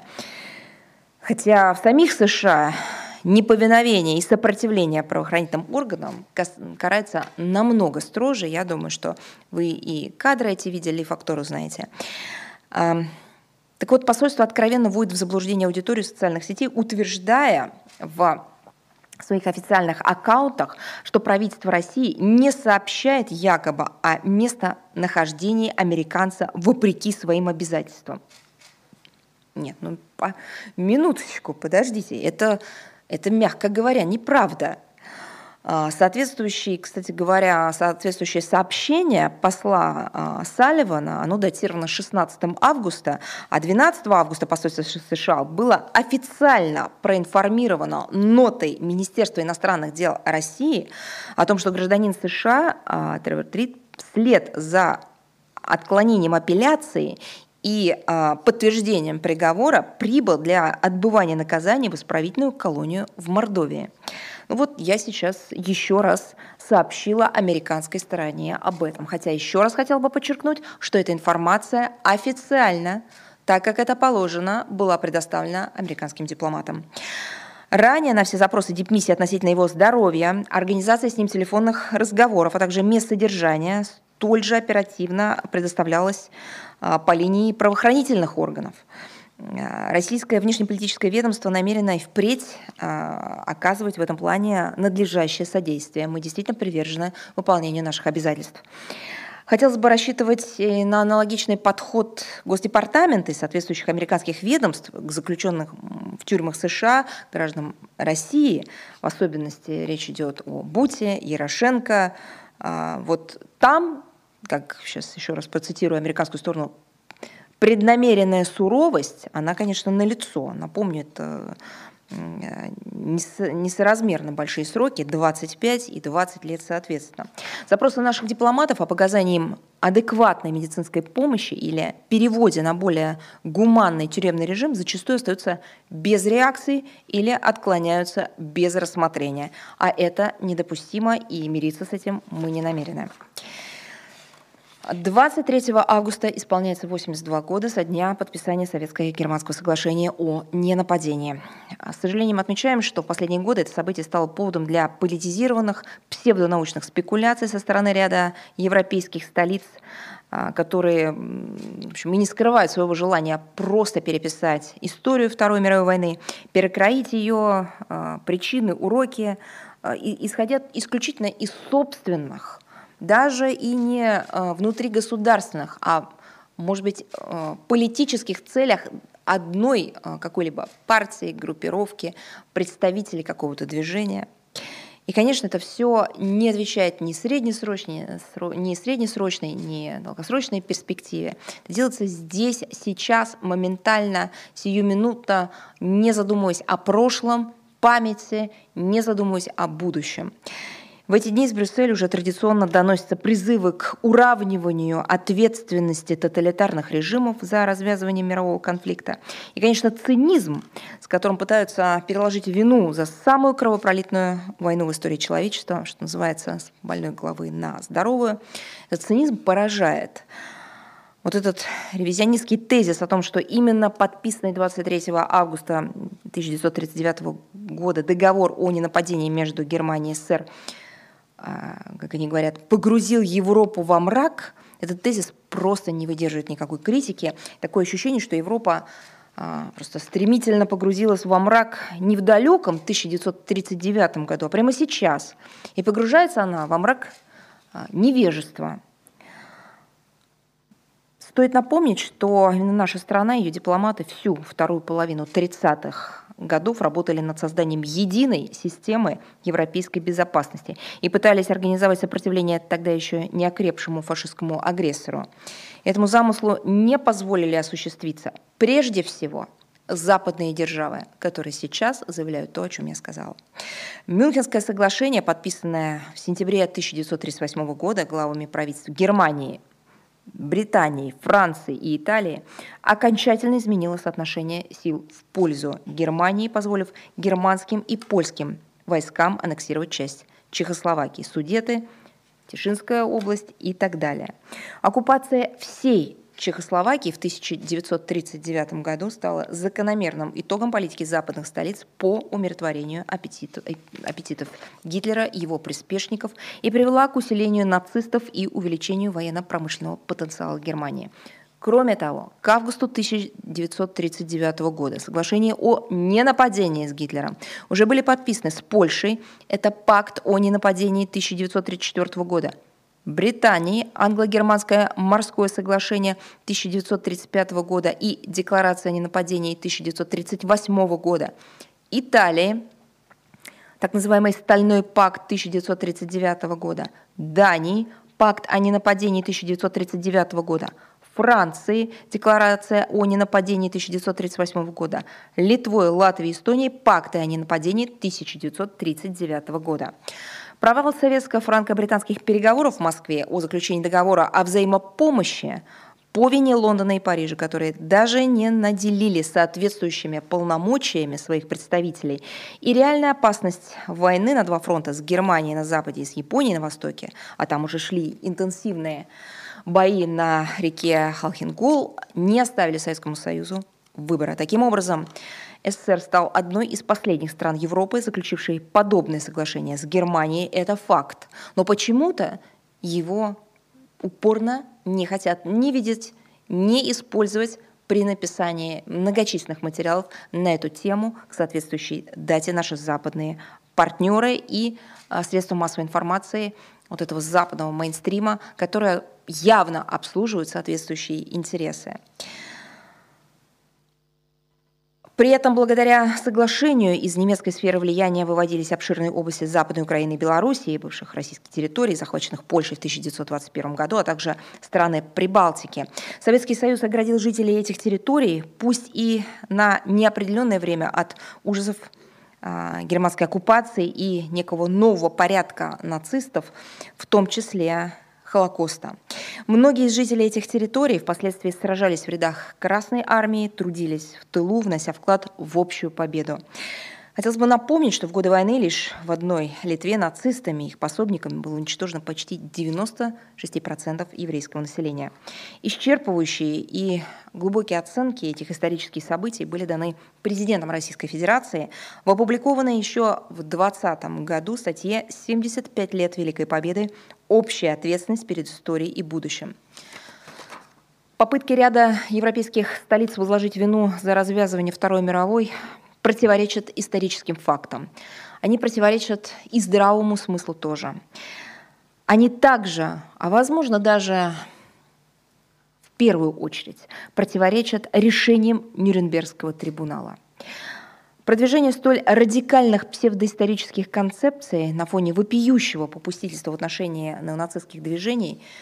хотя в самих США неповиновение и сопротивление правоохранительным органам карается намного строже. Я думаю, что вы и кадры эти видели, и фактуру знаете. Так вот, посольство откровенно вводит в заблуждение аудиторию социальных сетей, утверждая в своих официальных аккаунтах, что правительство России не сообщает якобы о местонахождении американца вопреки своим обязательствам. Нет, ну минуточку, подождите, это, мягко говоря, неправда. Соответствующее сообщение посла Салливана, оно датировано 16 августа, а 12 августа посольство США было официально проинформировано нотой Министерства иностранных дел России о том, что гражданин США Тревор Рид вслед за отклонением апелляции и подтверждением приговора прибыл для отбывания наказания в исправительную колонию в Мордовии. Ну вот я сейчас еще раз сообщила американской стороне об этом. Хотя еще раз хотела бы подчеркнуть, что эта информация официально, так как это положено, была предоставлена американским дипломатам. Ранее на все запросы дипмиссии относительно его здоровья, организация с ним телефонных разговоров, а также мест содержания столь же оперативно предоставлялась по линии правоохранительных органов. Российское внешнеполитическое ведомство намерено и впредь оказывать в этом плане надлежащее содействие. Мы действительно привержены выполнению наших обязательств. Хотелось бы рассчитывать на аналогичный подход Госдепартамента и соответствующих американских ведомств к заключенным в тюрьмах США гражданам России. В особенности речь идет о Буте, Ярошенко. Вот там, как сейчас еще раз процитирую американскую сторону, преднамеренная суровость, она, конечно, налицо. Напомню, это несоразмерно большие сроки, 25 и 20 лет соответственно. Запросы наших дипломатов о показании им адекватной медицинской помощи или переводе на более гуманный тюремный режим зачастую остаются без реакции или отклоняются без рассмотрения. А это недопустимо, и мириться с этим мы не намерены. 23 августа исполняется 82 года со дня подписания Советско-германского соглашения о ненападении. С сожалением отмечаем, что в последние годы это событие стало поводом для политизированных псевдонаучных спекуляций со стороны ряда европейских столиц, которые, в общем, и не скрывают своего желания просто переписать историю Второй мировой войны, перекроить ее причины, уроки, исходя исключительно из собственных, даже и не внутригосударственных, а, может быть, политических целях одной какой-либо партии, группировки, представителей какого-то движения. И, конечно, это все не отвечает ни среднесрочной, ни долгосрочной перспективе. Это делается здесь, сейчас, моментально, сиюминутно, не задумываясь о прошлом, памяти, не задумываясь о будущем. В эти дни из Брюсселя уже традиционно доносятся призывы к уравниванию ответственности тоталитарных режимов за развязывание мирового конфликта. И, конечно, цинизм, с которым пытаются переложить вину за самую кровопролитную войну в истории человечества, что называется, с больной головы на здоровую, этот цинизм поражает. Вот этот ревизионистский тезис о том, что именно подписанный 23 августа 1939 года договор о ненападении между Германией и СССР, как они говорят, погрузил Европу во мрак, этот тезис просто не выдерживает никакой критики. Такое ощущение, что Европа просто стремительно погрузилась во мрак не в далеком 1939 году, а прямо сейчас. И погружается она во мрак невежества. Стоит напомнить, что именно наша страна, ее дипломаты всю вторую половину 30-х годов работали над созданием единой системы европейской безопасности и пытались организовать сопротивление тогда еще не окрепшему фашистскому агрессору. Этому замыслу не позволили осуществиться прежде всего западные державы, которые сейчас заявляют то, о чем я сказала. Мюнхенское соглашение, подписанное в сентябре 1938 года главами правительств Германии, Британии, Франции и Италии, окончательно изменило соотношение сил в пользу Германии, позволив германским и польским войскам аннексировать часть Чехословакии, Судеты, Тишинская область и так далее. Оккупация всей Чехословакии в 1939 году стала закономерным итогом политики западных столиц по умиротворению аппетитов Гитлера и его приспешников и привела к усилению нацистов и увеличению военно-промышленного потенциала Германии. Кроме того, к августу 1939 года соглашения о ненападении с Гитлером уже были подписаны с Польшей, это пакт о ненападении 1934 года, Британии англо-германское морское соглашение 1935 года и декларация о ненападении 1938 года, Италии, так называемый Стальной пакт 1939 года, Дании, пакт о ненападении 1939 года, Франции, декларация о ненападении 1938 года, Литвой, Латвией, Эстонией, пакты о ненападении 1939 года. Провал советско-франко-британских переговоров в Москве о заключении договора о взаимопомощи по вине Лондона и Парижа, которые даже не наделили соответствующими полномочиями своих представителей, и реальная опасность войны на два фронта с Германией на западе и с Японией на востоке, а там уже шли интенсивные бои на реке Халхин-Гол, не оставили Советскому Союзу выбора. Таким образом, СССР стал одной из последних стран Европы, заключившей подобное соглашение с Германией. Это факт. Но почему-то его упорно не хотят ни видеть, ни использовать при написании многочисленных материалов на эту тему к соответствующей дате наши западные партнеры и средства массовой информации вот этого западного мейнстрима, которые явно обслуживают соответствующие интересы. При этом, благодаря соглашению из немецкой сферы влияния выводились обширные области Западной Украины и Белоруссии, бывших российских территорий, захваченных Польшей в 1921 году, а также страны Прибалтики. Советский Союз оградил жителей этих территорий, пусть и на неопределенное время, от ужасов германской оккупации и некого нового порядка нацистов, в том числе Холокоста. Многие из жителей этих территорий впоследствии сражались в рядах Красной армии, трудились в тылу, внося вклад в общую победу. Хотелось бы напомнить, что в годы войны лишь в одной Литве нацистами и их пособниками было уничтожено почти 96% еврейского населения. Исчерпывающие и глубокие оценки этих исторических событий были даны президентом Российской Федерации в опубликованной еще в 2020 году статье «75 лет Великой Победы. Общая ответственность перед историей и будущим». Попытки ряда европейских столиц возложить вину за развязывание Второй мировой противоречат историческим фактам. Они противоречат и здравому смыслу тоже. Они также, а возможно даже в первую очередь, противоречат решениям Нюрнбергского трибунала. Продвижение столь радикальных псевдоисторических концепций на фоне вопиющего попустительства в отношении неонацистских движений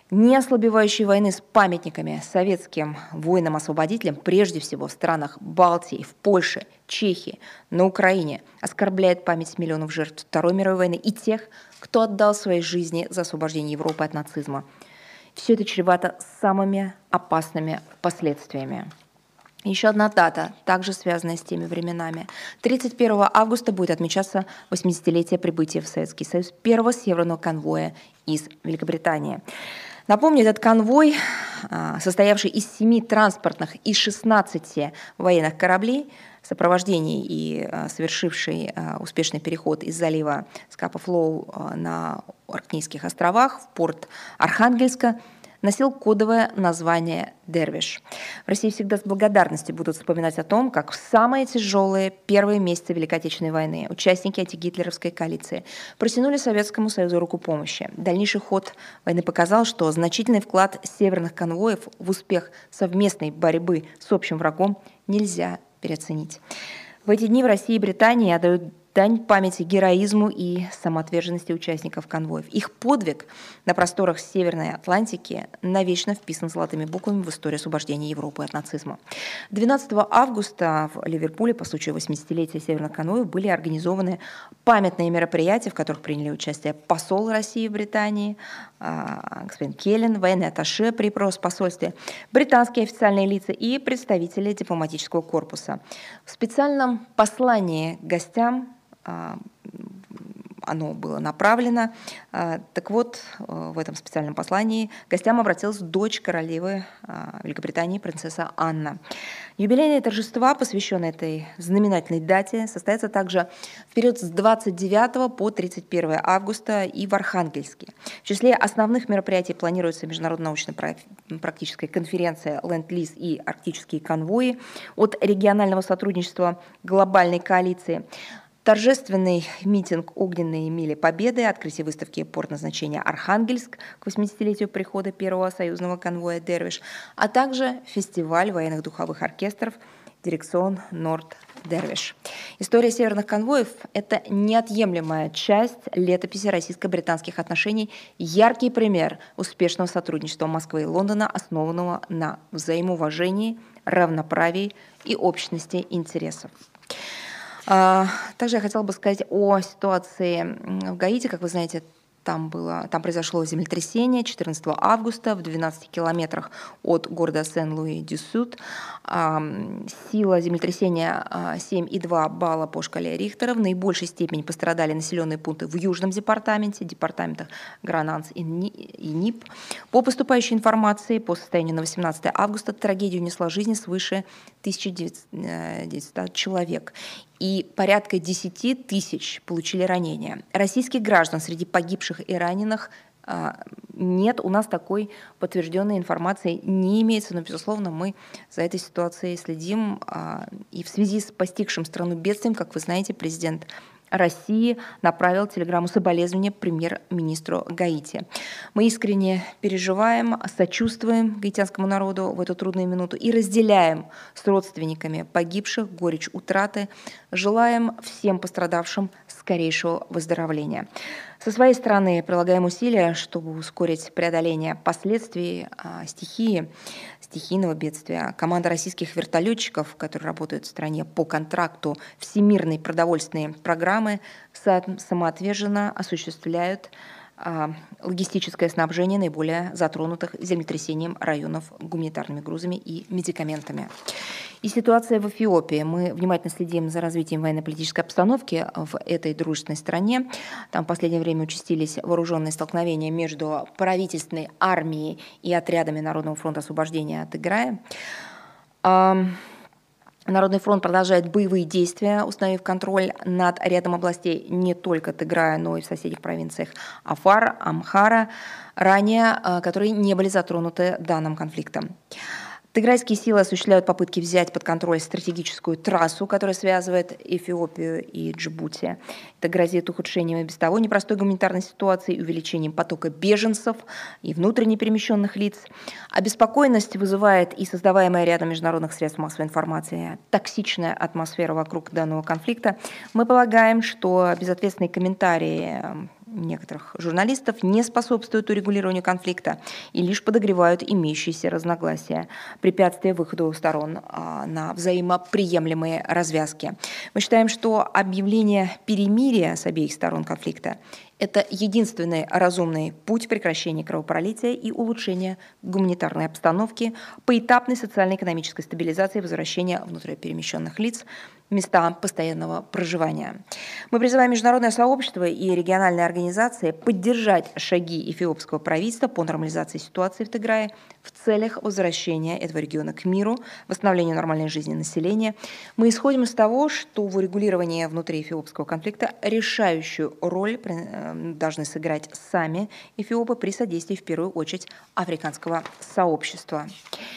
неослабевающей войны с памятниками советским воинам-освободителям, прежде всего в странах Балтии, в Польше, Чехии, на Украине, оскорбляет память миллионов жертв Второй мировой войны и тех, кто отдал свои жизни за освобождение Европы от нацизма. Все это чревато самыми опасными последствиями. Еще одна дата, также связанная с теми временами. 31 августа будет отмечаться 80-летие прибытия в Советский Союз первого северного конвоя из Великобритании. Напомню, этот конвой, состоявший из 7 транспортных и 16 военных кораблей, в сопровождении и совершивший успешный переход из залива Скапа-Флоу на Оркнейских островах в порт Архангельска, носил кодовое название «Дервиш». В России всегда с благодарностью будут вспоминать о том, как в самые тяжелые первые месяцы Великой Отечественной войны участники антигитлеровской коалиции протянули Советскому Союзу руку помощи. Дальнейший ход войны показал, что значительный вклад северных конвоев в успех совместной борьбы с общим врагом нельзя переоценить. В эти дни в России и Британии отдают дань памяти героизму и самоотверженности участников конвоев. Их подвиг на просторах Северной Атлантики навечно вписан золотыми буквами в историю освобождения Европы от нацизма. 12 августа в Ливерпуле по случаю 80-летия Северных конвоев были организованы памятные мероприятия, в которых приняли участие посол России в Британии, господин Келлен, военный атташе при посольстве, британские официальные лица и представители дипломатического корпуса. В специальном послании гостям оно было направлено. Так вот, в этом специальном послании к гостям обратилась дочь королевы Великобритании, принцесса Анна. Юбилейные торжества, посвященные этой знаменательной дате, состоятся также в период с 29 по 31 августа и в Архангельске. В числе основных мероприятий планируется международная научно-практическая конференция «Ленд-лиз» и «Арктические конвои» от регионального сотрудничества глобальной коалиции, торжественный митинг «Огненные мили Победы», открытие выставки «Порт назначения Архангельск» к 80-летию прихода первого союзного конвоя «Дервиш», а также фестиваль военных духовых оркестров «Дирекцион Норд Дервиш». История северных конвоев – это неотъемлемая часть летописи российско-британских отношений, яркий пример успешного сотрудничества Москвы и Лондона, основанного на взаимоуважении, равноправии и общности интересов. Также я хотела бы сказать о ситуации в Гаити. Как вы знаете, там произошло землетрясение 14 августа в 12 километрах от города Сен-Луи-дю-Сюд. Сила землетрясения 7,2 балла по шкале Рихтера. В наибольшей степени пострадали населенные пункты в Южном департаментах Грананс и Нип. По поступающей информации, по состоянию на 18 августа трагедию унесла жизни свыше 1900 человек. И порядка 10 тысяч получили ранения. Российских граждан среди погибших и раненых нет, у нас такой подтвержденной информации не имеется, но, безусловно, мы за этой ситуацией следим. И в связи с постигшим страну бедствием, как вы знаете, президент России направил телеграмму соболезнования премьер-министру Гаити. Мы искренне переживаем, сочувствуем гаитянскому народу в эту трудную минуту и разделяем с родственниками погибших горечь утраты. Желаем всем пострадавшим скорейшего выздоровления. Со своей стороны прилагаем усилия, чтобы ускорить преодоление последствий стихийного бедствия. Команда российских вертолетчиков, которые работают в стране по контракту Всемирной продовольственной программы, самоотверженно осуществляют логистическое снабжение наиболее затронутых землетрясением районов гуманитарными грузами и медикаментами. И ситуация в Эфиопии. Мы внимательно следим за развитием военно-политической обстановки в этой дружественной стране. Там в последнее время участились вооруженные столкновения между правительственной армией и отрядами Народного фронта освобождения Тиграя. Народный фронт продолжает боевые действия, установив контроль над рядом областей не только Тиграя, но и в соседних провинциях Афар, Амхара, ранее которые не были затронуты данным конфликтом. Тиграйские силы осуществляют попытки взять под контроль стратегическую трассу, которая связывает Эфиопию и Джибути. Это грозит ухудшением и без того непростой гуманитарной ситуации, увеличением потока беженцев и внутренне перемещенных лиц. Обеспокоенность вызывает и создаваемая рядом международных средств массовой информации токсичная атмосфера вокруг данного конфликта. Мы полагаем, что безответственные комментарии некоторых журналистов не способствуют урегулированию конфликта и лишь подогревают имеющиеся разногласия, препятствуя выходу сторон на взаимоприемлемые развязки. Мы считаем, что объявление перемирия с обеих сторон конфликта – это единственный разумный путь прекращения кровопролития и улучшения гуманитарной обстановки, поэтапной социально-экономической стабилизации и возвращения внутриперемещенных лиц в места постоянного проживания. Мы призываем международное сообщество и региональные организации поддержать шаги эфиопского правительства по нормализации ситуации в Тиграе в целях возвращения этого региона к миру, восстановлению нормальной жизни населения. Мы исходим из того, что в урегулировании внутри эфиопского конфликта решающую роль должны сыграть сами эфиопы при содействии, в первую очередь, африканского сообщества.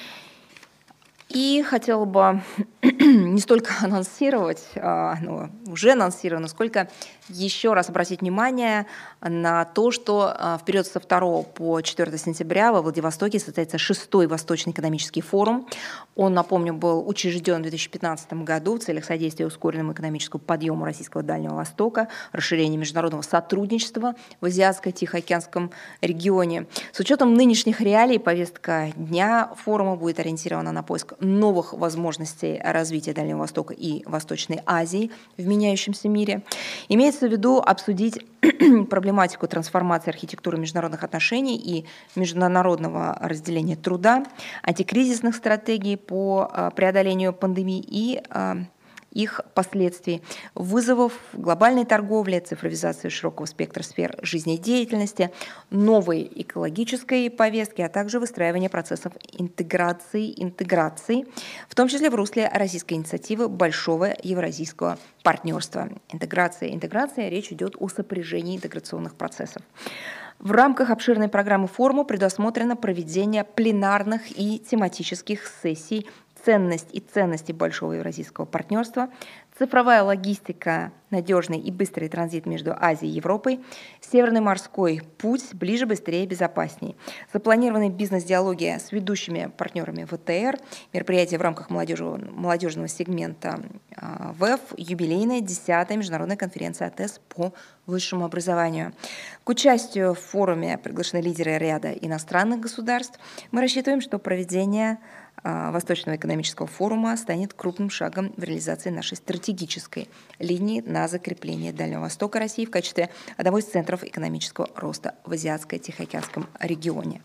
И хотела бы не столько анонсировать, уже анонсировано, сколько еще раз обратить внимание на то, что в период со 2 по 4 сентября во Владивостоке состоится 6-й Восточный экономический форум. Он, напомню, был учрежден в 2015 году в целях содействия ускоренному экономическому подъему Российского Дальнего Востока, расширения международного сотрудничества в Азиатско-Тихоокеанском регионе. С учетом нынешних реалий повестка дня форума будет ориентирована на поиск новых возможностей развития Дальнего Востока и Восточной Азии в меняющемся мире. Имеется в виду обсудить проблематику трансформации архитектуры международных отношений и международного разделения труда, антикризисных стратегий по преодолению пандемии и их последствий, вызовов глобальной торговли, цифровизации широкого спектра сфер жизнедеятельности, новой экологической повестки, а также выстраивания процессов интеграции, в том числе в русле российской инициативы Большого Евразийского партнерства. Интеграция, речь идет о сопряжении интеграционных процессов. В рамках обширной программы форума предусмотрено проведение пленарных и тематических сессий «Ценность и ценности Большого Евразийского партнерства», цифровая логистика, надежный и быстрый транзит между Азией и Европой, Северный морской путь, ближе, быстрее, безопаснее. Запланированы бизнес-диалоги с ведущими партнерами ВТР, мероприятия в рамках молодежного сегмента ВЭФ, юбилейная 10-я международная конференция АТЭС по высшему образованию. К участию в форуме приглашены лидеры ряда иностранных государств. Мы рассчитываем, что проведение Восточного экономического форума станет крупным шагом в реализации нашей стратегической линии на закрепление Дальнего Востока России в качестве одного из центров экономического роста в Азиатско-Тихоокеанском регионе.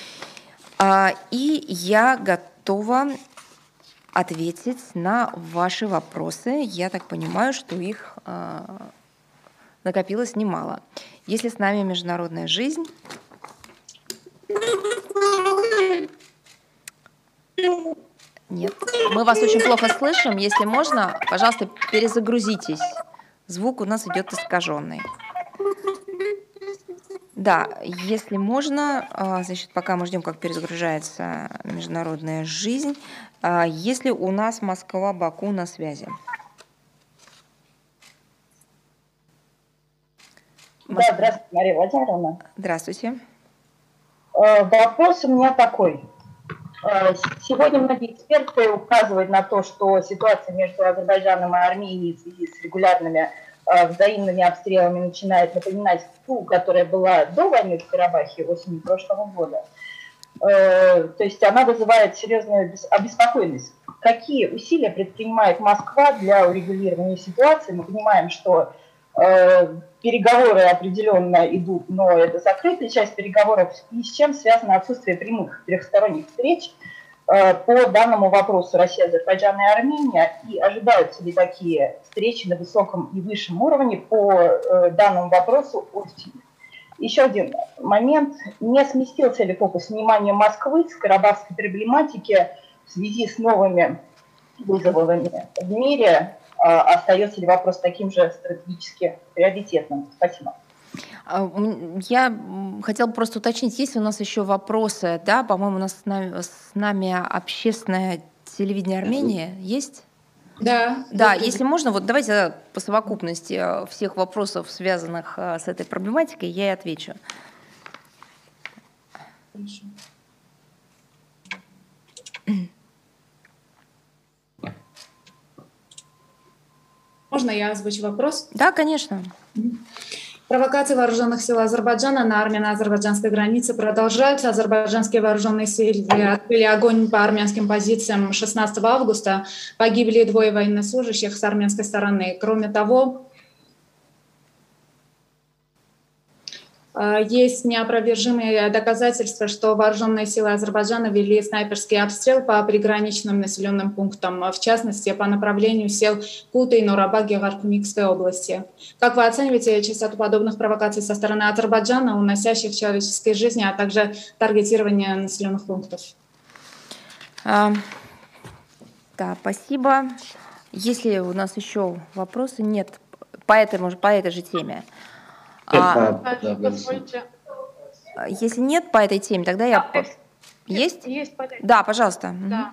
И я готова ответить на ваши вопросы. Я так понимаю, что их накопилось немало. Если с нами международная жизнь... Нет, мы вас очень плохо слышим. Если можно, пожалуйста, перезагрузитесь. Звук у нас идет искаженный. Да, если можно, значит, пока мы ждем, как перезагружается международная жизнь, если у нас Москва, Баку на связи. Да, здравствуйте, Мария Владимировна. Здравствуйте. Вопрос у меня такой. Сегодня многие эксперты указывают на то, что ситуация между Азербайджаном и Арменией в связи с регулярными взаимными обстрелами начинает напоминать ту, которая была до войны в Карабахе осенью прошлого года. То есть она вызывает серьезную обеспокоенность. Какие усилия предпринимает Москва для урегулирования ситуации? Мы понимаем, что переговоры определенно идут, но это закрытая часть переговоров, и с чем связано отсутствие прямых трехсторонних встреч по данному вопросу Россия, Азербайджан и Армения, и ожидаются ли такие встречи на высоком и высшем уровне по данному вопросу осенью. Еще один момент. Не сместился ли фокус внимания Москвы с карабахской проблематики в связи с новыми вызовами в мире? Остается ли вопрос таким же стратегически приоритетным? Спасибо. Я хотела бы просто уточнить, есть ли у нас еще вопросы? Да, по-моему, у нас с нами общественное телевидение Армении. Есть? Да. Да, если можно, вот давайте по совокупности всех вопросов, связанных с этой проблематикой, я и отвечу. Хорошо. Можно я озвучу вопрос? Да, конечно. Провокации вооруженных сил Азербайджана на армяно-азербайджанской границе продолжаются. Азербайджанские вооруженные силы открыли огонь по армянским позициям 16 августа. Погибли 2 военнослужащих с армянской стороны. Кроме того, есть неопровержимые доказательства, что вооруженные силы Азербайджана вели снайперский обстрел по приграничным населенным пунктам, в частности, по направлению сел Куты и Нураба Георгиевской области. Как вы оцениваете частоту подобных провокаций со стороны Азербайджана, уносящих человеческие жизни, а также таргетирование населенных пунктов? Да, спасибо. Если у нас еще вопросы, нет, по этой же теме. Если нет по этой теме, тогда я... Есть? Есть по этой теме. Да, пожалуйста. Да.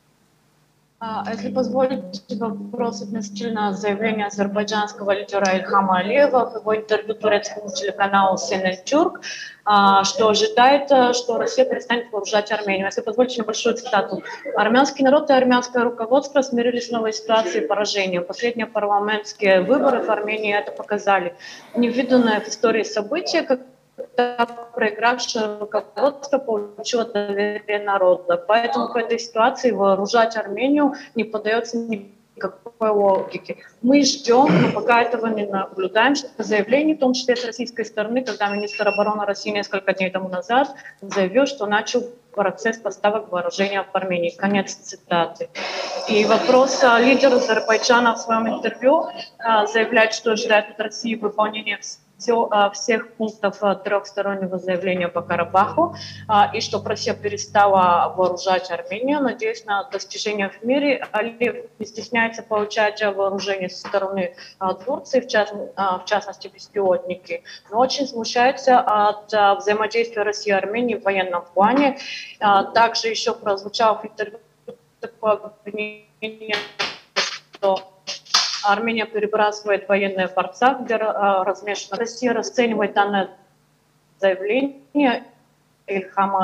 Если позволите, вопрос относительно заявления азербайджанского лидера Ильхама Алиева в его интервью турецкому телеканалу Сенельтюрк, что ожидает, что Россия перестанет вооружать Армению. Если позволите небольшую цитату. «Армянский народ и армянское руководство смирились с новой ситуацией поражения. Последние парламентские выборы в Армении это показали. Невиданное в истории событие, когда проигравшее руководство получило доверие народа. Поэтому в этой ситуации вооружать Армению не поддается никакой логике. Мы ждем, но пока этого не наблюдаем, что заявление, в том числе с российской стороны, когда министр обороны России несколько дней тому назад заявил, что начал процесс поставок вооружения в Армении». Конец цитаты. И вопрос: лидер Азербайджана в своем интервью заявляет, что ожидает от России выполнения всех пунктов трехстороннего заявления по Карабаху, и что Россия перестала вооружать Армению, надеясь на достижения в мире. Алиев не стесняется получать вооружение со стороны Турции, в частности беспилотники, но очень смущается от взаимодействия России и Армении в военном плане. Также еще прозвучало в интервью такое обвинение, что Армения перебрасывает военные форца, где размещена. Россия расценивает данное заявление Ильхама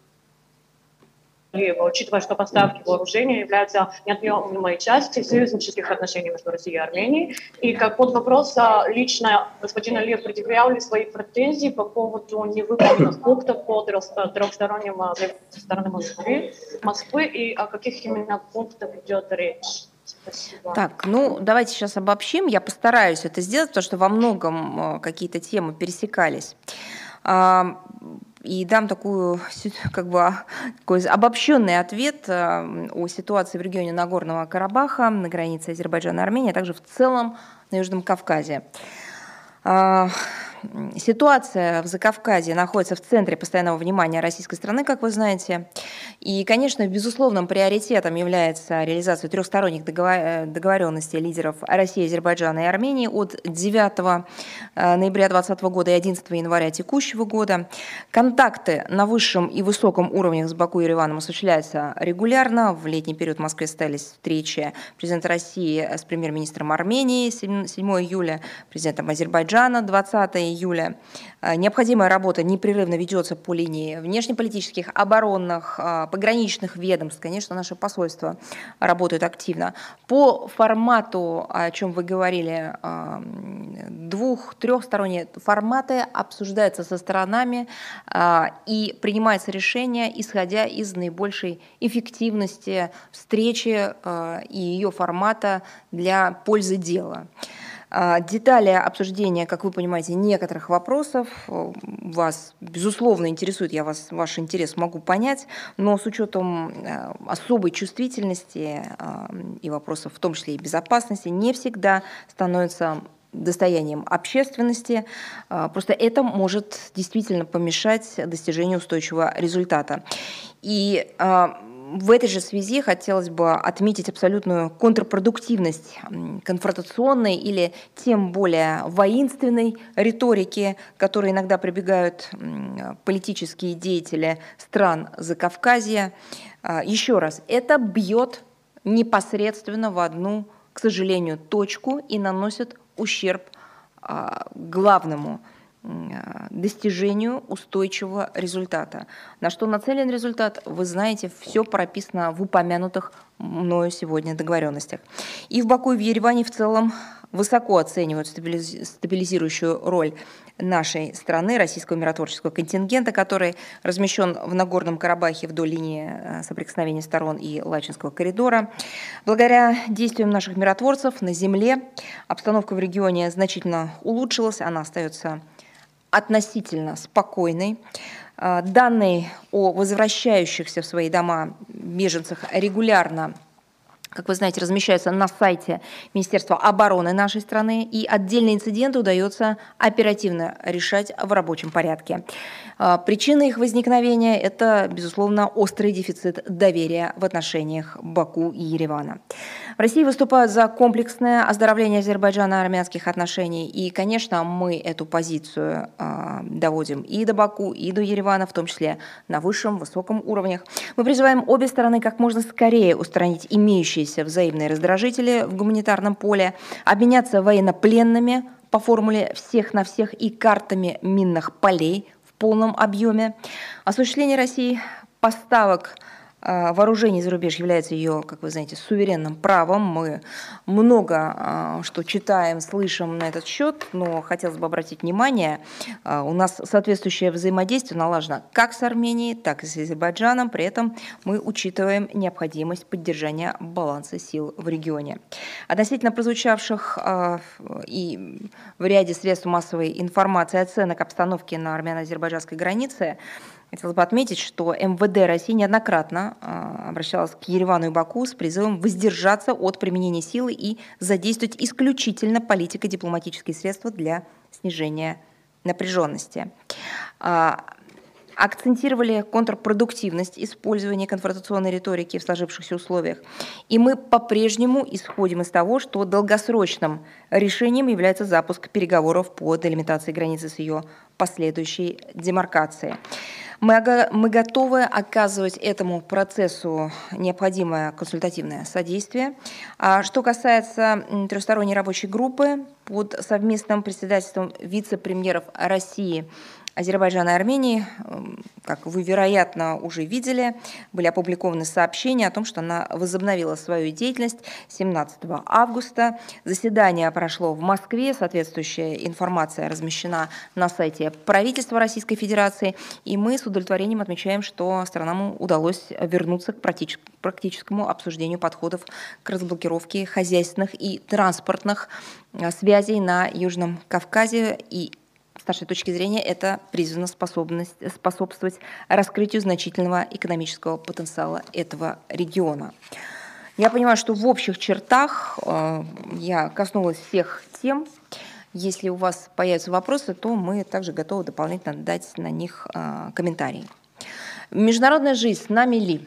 Алиева, учитывая, что поставки вооружения являются неотъемлемой частью союзнических отношений между Россией и Арменией. И как под вопрос, лично господин Алиев предъявлял ли свои претензии по поводу невыполненных пунктов по трехсторонним со стороны Москвы, и о каких именно пунктах идет речь? Спасибо. Так, ну давайте сейчас обобщим. Я постараюсь это сделать, потому что во многом какие-то темы пересекались. И дам такой обобщенный ответ о ситуации в регионе Нагорного Карабаха, на границе Азербайджана и Армении, а также в целом на Южном Кавказе. Ситуация в Закавказье находится в центре постоянного внимания российской страны, как вы знаете. И, конечно, безусловным приоритетом является реализация трехсторонних договоренностей лидеров России, Азербайджана и Армении от 9 ноября 2020 года и 11 января текущего года. Контакты на высшем и высоком уровнях с Баку и Ереваном осуществляются регулярно. В летний период в Москве состоялись встречи президента России с премьер-министром Армении 7 июля, президентом Азербайджана 20 июля. Необходимая работа непрерывно ведется по линии внешнеполитических, оборонных, пограничных ведомств. Конечно, наше посольство работает активно. По формату, о чем вы говорили, двух-трехсторонние форматы обсуждаются со сторонами и принимается решение, исходя из наибольшей эффективности встречи и ее формата для пользы дела. Детали обсуждения, как вы понимаете, некоторых вопросов вас, безусловно, интересуют, я ваш интерес могу понять, но с учетом особой чувствительности и вопросов, в том числе и безопасности, не всегда становится достоянием общественности. Просто это может действительно помешать достижению устойчивого результата. И в этой же связи хотелось бы отметить абсолютную контрпродуктивность конфронтационной или тем более воинственной риторики, к которой иногда прибегают политические деятели стран Закавказья. Еще раз, это бьет непосредственно в одну, к сожалению, точку и наносит ущерб главному достижению устойчивого результата. На что нацелен результат, вы знаете, все прописано в упомянутых мною сегодня договоренностях. И в Баку, и в Ереване в целом высоко оценивают стабилизирующую роль нашей страны, российского миротворческого контингента, который размещен в Нагорном Карабахе вдоль линии соприкосновения сторон и Лачинского коридора. Благодаря действиям наших миротворцев на земле обстановка в регионе значительно улучшилась, она остается относительно спокойной. Данные о возвращающихся в свои дома беженцах регулярно, как вы знаете, размещаются на сайте Министерства обороны нашей страны, и отдельные инциденты удается оперативно решать в рабочем порядке. Причина их возникновения – это, безусловно, острый дефицит доверия в отношениях Баку и Еревана. В России выступают за комплексное оздоровление Азербайджана-армянских отношений, и, конечно, мы эту позицию доводим и до Баку, и до Еревана, в том числе на высшем, высоком уровнях. Мы призываем обе стороны как можно скорее устранить имеющиеся взаимные раздражители в гуманитарном поле, обменяться военнопленными по формуле всех на всех и картами минных полей в полном объеме. Осуществление России поставок вооружений за рубеж является ее, как вы знаете, суверенным правом. Мы много что читаем, слышим на этот счет, но хотелось бы обратить внимание, у нас соответствующее взаимодействие налажено как с Арменией, так и с Азербайджаном. При этом мы учитываем необходимость поддержания баланса сил в регионе. Относительно прозвучавших и в ряде средств массовой информации оценок обстановки на армяно-азербайджанской границе, хотелось бы отметить, что МВД России неоднократно обращалась к Еревану и Баку с призывом воздержаться от применения силы и задействовать исключительно политико-дипломатические средства для снижения напряженности. Акцентировали контрпродуктивность использования конфронтационной риторики в сложившихся условиях. И мы по-прежнему исходим из того, что долгосрочным решением является запуск переговоров по делимитации границы с ее последующей демаркацией. Мы готовы оказывать этому процессу необходимое консультативное содействие. А что касается трехсторонней рабочей группы под совместным председательством вице-премьеров России, Азербайджана и Армении, как вы, вероятно, уже видели, были опубликованы сообщения о том, что она возобновила свою деятельность 17 августа. Заседание прошло в Москве, соответствующая информация размещена на сайте правительства Российской Федерации, и мы с удовлетворением отмечаем, что сторонам удалось вернуться к практическому обсуждению подходов к разблокировке хозяйственных и транспортных связей на Южном Кавказе, и с нашей точки зрения, это призвано способствовать раскрытию значительного экономического потенциала этого региона. Я понимаю, что в общих чертах я коснулась всех тем. Если у вас появятся вопросы, то мы также готовы дополнительно дать на них комментарии. Международная жизнь с нами ли?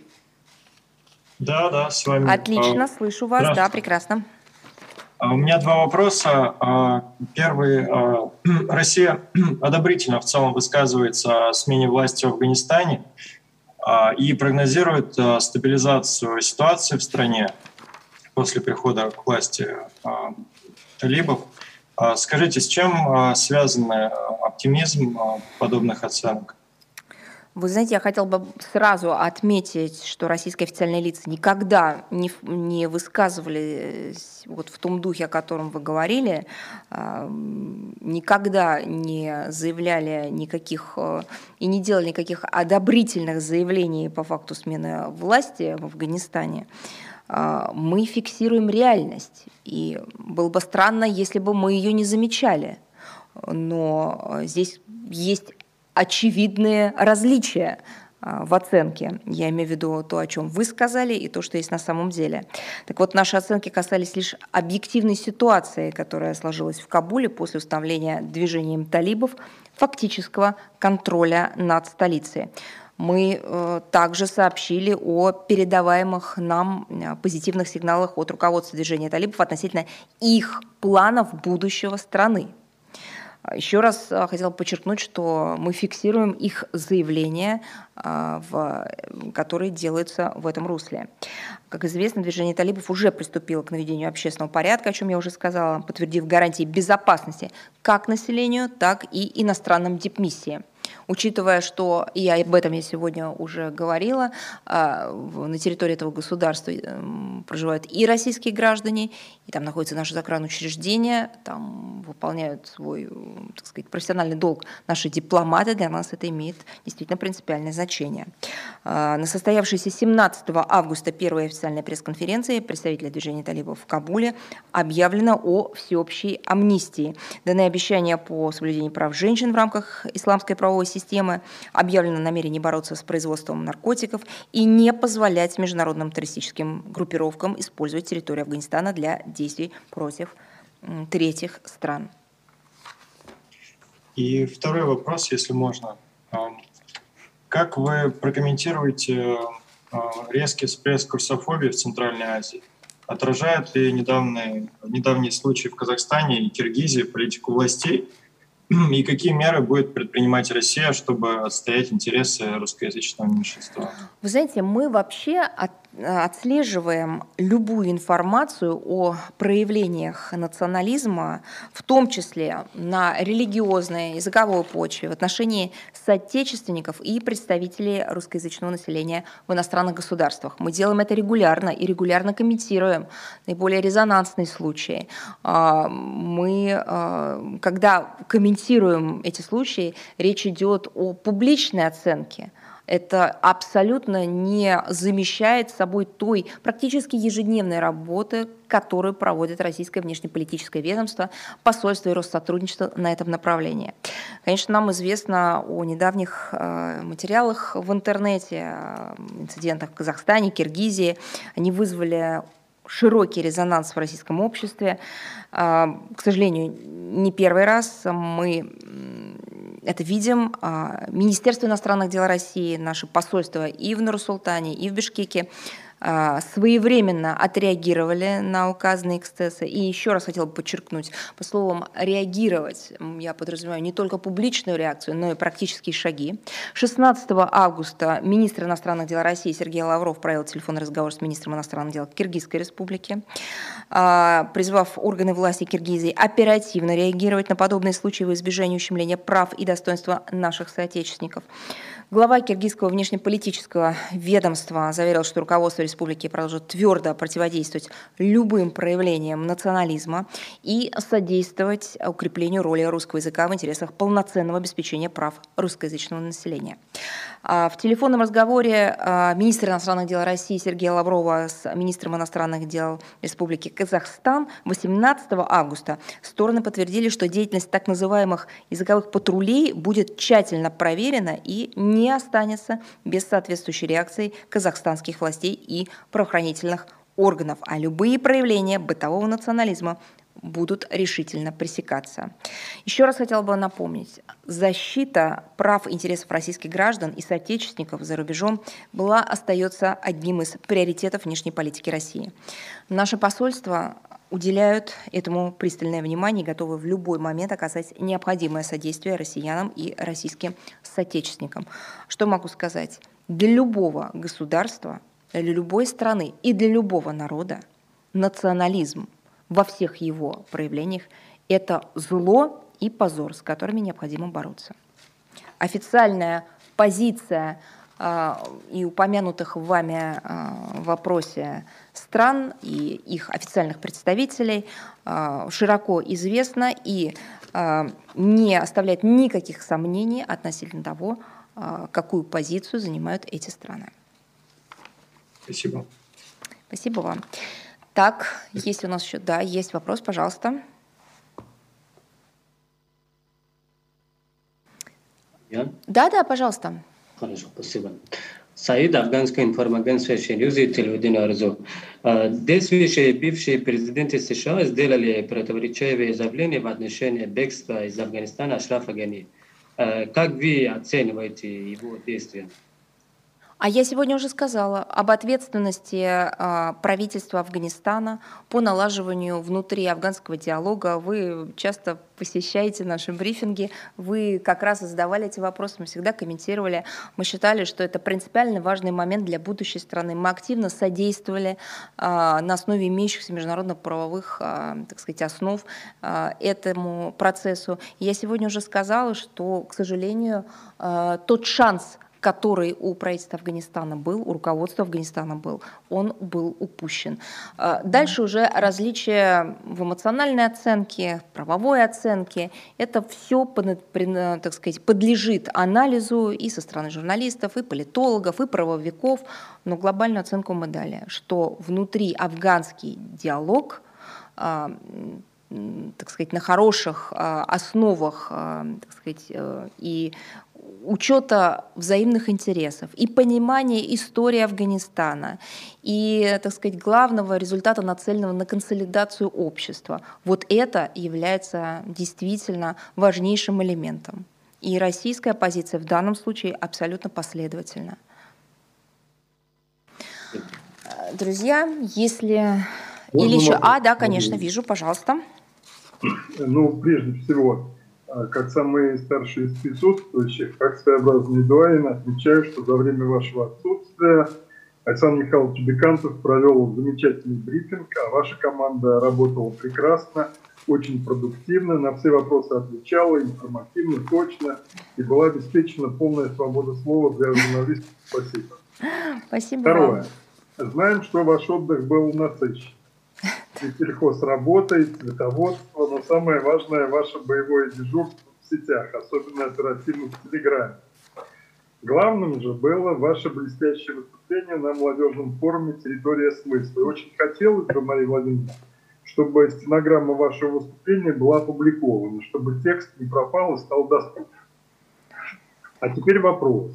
Да, с вами. Отлично, слышу вас, да, прекрасно. У меня два вопроса. Первый. Россия одобрительно в целом высказывается о смене власти в Афганистане и прогнозирует стабилизацию ситуации в стране после прихода к власти талибов. Скажите, с чем связан оптимизм подобных оценок? Вы знаете, я хотела бы сразу отметить, что российские официальные лица никогда не высказывались вот в том духе, о котором вы говорили, никогда не заявляли никаких и не делали никаких одобрительных заявлений по факту смены власти в Афганистане. Мы фиксируем реальность, и было бы странно, если бы мы ее не замечали. Но здесь есть очевидные различия в оценке. Я имею в виду то, о чем вы сказали, и то, что есть на самом деле. Так вот, наши оценки касались лишь объективной ситуации, которая сложилась в Кабуле после установления движением талибов фактического контроля над столицей. Мы также сообщили о передаваемых нам позитивных сигналах от руководства движения талибов относительно их планов будущего страны. Еще раз хотела подчеркнуть, что мы фиксируем их заявления, которые делаются в этом русле. Как известно, движение талибов уже приступило к наведению общественного порядка, о чем я уже сказала, подтвердив гарантии безопасности как населению, так и иностранным дипмиссиям. Учитывая, что, и об этом я сегодня уже говорила, на территории этого государства проживают и российские граждане, и там находятся наши загранучреждения, там выполняют свой, так сказать, профессиональный долг наши дипломаты, для нас это имеет действительно принципиальное значение. На состоявшейся 17 августа первой официальной пресс-конференции представителя движения талибов в Кабуле объявлено о всеобщей амнистии. Даны обещания по соблюдению прав женщин в рамках исламской правовой системы, объявлено намерение бороться с производством наркотиков и не позволять международным террористическим группировкам использовать территорию Афганистана для действий против третьих стран. И второй вопрос, если можно. Как вы прокомментируете резкий всплеск русофобии в Центральной Азии? Отражают ли недавние случаи в Казахстане и Киргизии политику властей? И какие меры будет предпринимать Россия, чтобы отстоять интересы русскоязычного меньшинства? Вы знаете, мы вообще отслеживаем любую информацию о проявлениях национализма, в том числе на религиозной, языковой почве, в отношении соотечественников и представителей русскоязычного населения в иностранных государствах. Мы делаем это регулярно и регулярно комментируем наиболее резонансные случаи. Мы, когда комментируем эти случаи, речь идет о публичной оценке. Это абсолютно не замещает собой той практически ежедневной работы, которую проводит российское внешнеполитическое ведомство, посольство и Россотрудничество на этом направлении. Конечно, нам известно о недавних материалах в интернете, инцидентах в Казахстане, Киргизии. Они вызвали широкий резонанс в российском обществе. К сожалению, не первый раз мы это видим. Министерство иностранных дел России, наши посольства и в Нур-Султане, и в Бишкеке своевременно отреагировали на указанные эксцессы. И еще раз хотела бы подчеркнуть, по словам «реагировать» я подразумеваю не только публичную реакцию, но и практические шаги. 16 августа министр иностранных дел России Сергей Лавров провел телефонный разговор с министром иностранных дел Киргизской республики, призвав органы власти Киргизии оперативно реагировать на подобные случаи во избежание ущемления прав и достоинства наших соотечественников. Глава киргизского внешнеполитического ведомства заверил, что руководство республики продолжит твердо противодействовать любым проявлениям национализма и содействовать укреплению роли русского языка в интересах полноценного обеспечения прав русскоязычного населения. В телефонном разговоре министр иностранных дел России Сергея Лаврова с министром иностранных дел Республики Казахстан 18 августа стороны подтвердили, что деятельность так называемых языковых патрулей будет тщательно проверена и не останется без соответствующей реакции казахстанских властей и правоохранительных органов, а любые проявления бытового национализма будут решительно пресекаться. Еще раз хотела бы напомнить, защита прав и интересов российских граждан и соотечественников за рубежом остается одним из приоритетов внешней политики России. Наше посольство уделяют этому пристальное внимание и готовы в любой момент оказать необходимое содействие россиянам и российским соотечественникам. Что могу сказать? Для любого государства, для любой страны и для любого народа национализм во всех его проявлениях – это зло и позор, с которыми необходимо бороться. Официальная позиция и упомянутых вами в вопросе стран и их официальных представителей широко известна и не оставляет никаких сомнений относительно того, какую позицию занимают эти страны. Спасибо. Спасибо вам. Так, есть у нас еще, да, есть вопрос, пожалуйста. Да, пожалуйста. Хорошо, спасибо. Саид, Афганская информагентство «Ньюзи», телевидение «Арзу». Действующие бывшие президенты США сделали противоречивые заявления в отношении бегства из Афганистана Ашрафа Гани. Как вы оцениваете его действия? А я сегодня уже сказала об ответственности правительства Афганистана по налаживанию внутри афганского диалога. Вы часто посещаете наши брифинги, вы как раз и задавали эти вопросы, мы всегда комментировали. Мы считали, что это принципиально важный момент для будущей страны. Мы активно содействовали на основе имеющихся международно-правовых, так сказать, основ этому процессу. И я сегодня уже сказала, что, к сожалению, тот шанс, который у правительства Афганистана был, у руководства Афганистана был, он был упущен. Дальше уже различия в эмоциональной оценке, правовой оценке, это все, так сказать, подлежит анализу и со стороны журналистов, и политологов, и правовиков, но глобальную оценку мы дали, что внутри афганский диалог, так сказать, на хороших основах, так сказать, и учета взаимных интересов, и понимания истории Афганистана, и, так сказать, главного результата, нацеленного на консолидацию общества. Вот это является действительно важнейшим элементом. И российская позиция в данном случае абсолютно последовательна. Друзья, если... Или еще... Да, конечно, вижу, пожалуйста. Ну, прежде всего, как самый старший из присутствующих, как своеобразный дуаин, отмечаю, что за время вашего отсутствия Александр Михайлович Бекантов провел замечательный брифинг, а ваша команда работала прекрасно, очень продуктивно, на все вопросы отвечала, информативно, точно, и была обеспечена полная свобода слова для журналистов. Спасибо. Спасибо. Второе. Знаем, что ваш отдых был насыщен. И сельхозработа, и цветоводство, но самое важное – ваше боевое дежурство в сетях, особенно оперативно в Телеграме. Главным же было ваше блестящее выступление на молодежном форуме «Территория смысла». И очень хотелось бы, Мария Владимировна, чтобы стенограмма вашего выступления была опубликована, чтобы текст не пропал и стал доступен. А теперь вопрос.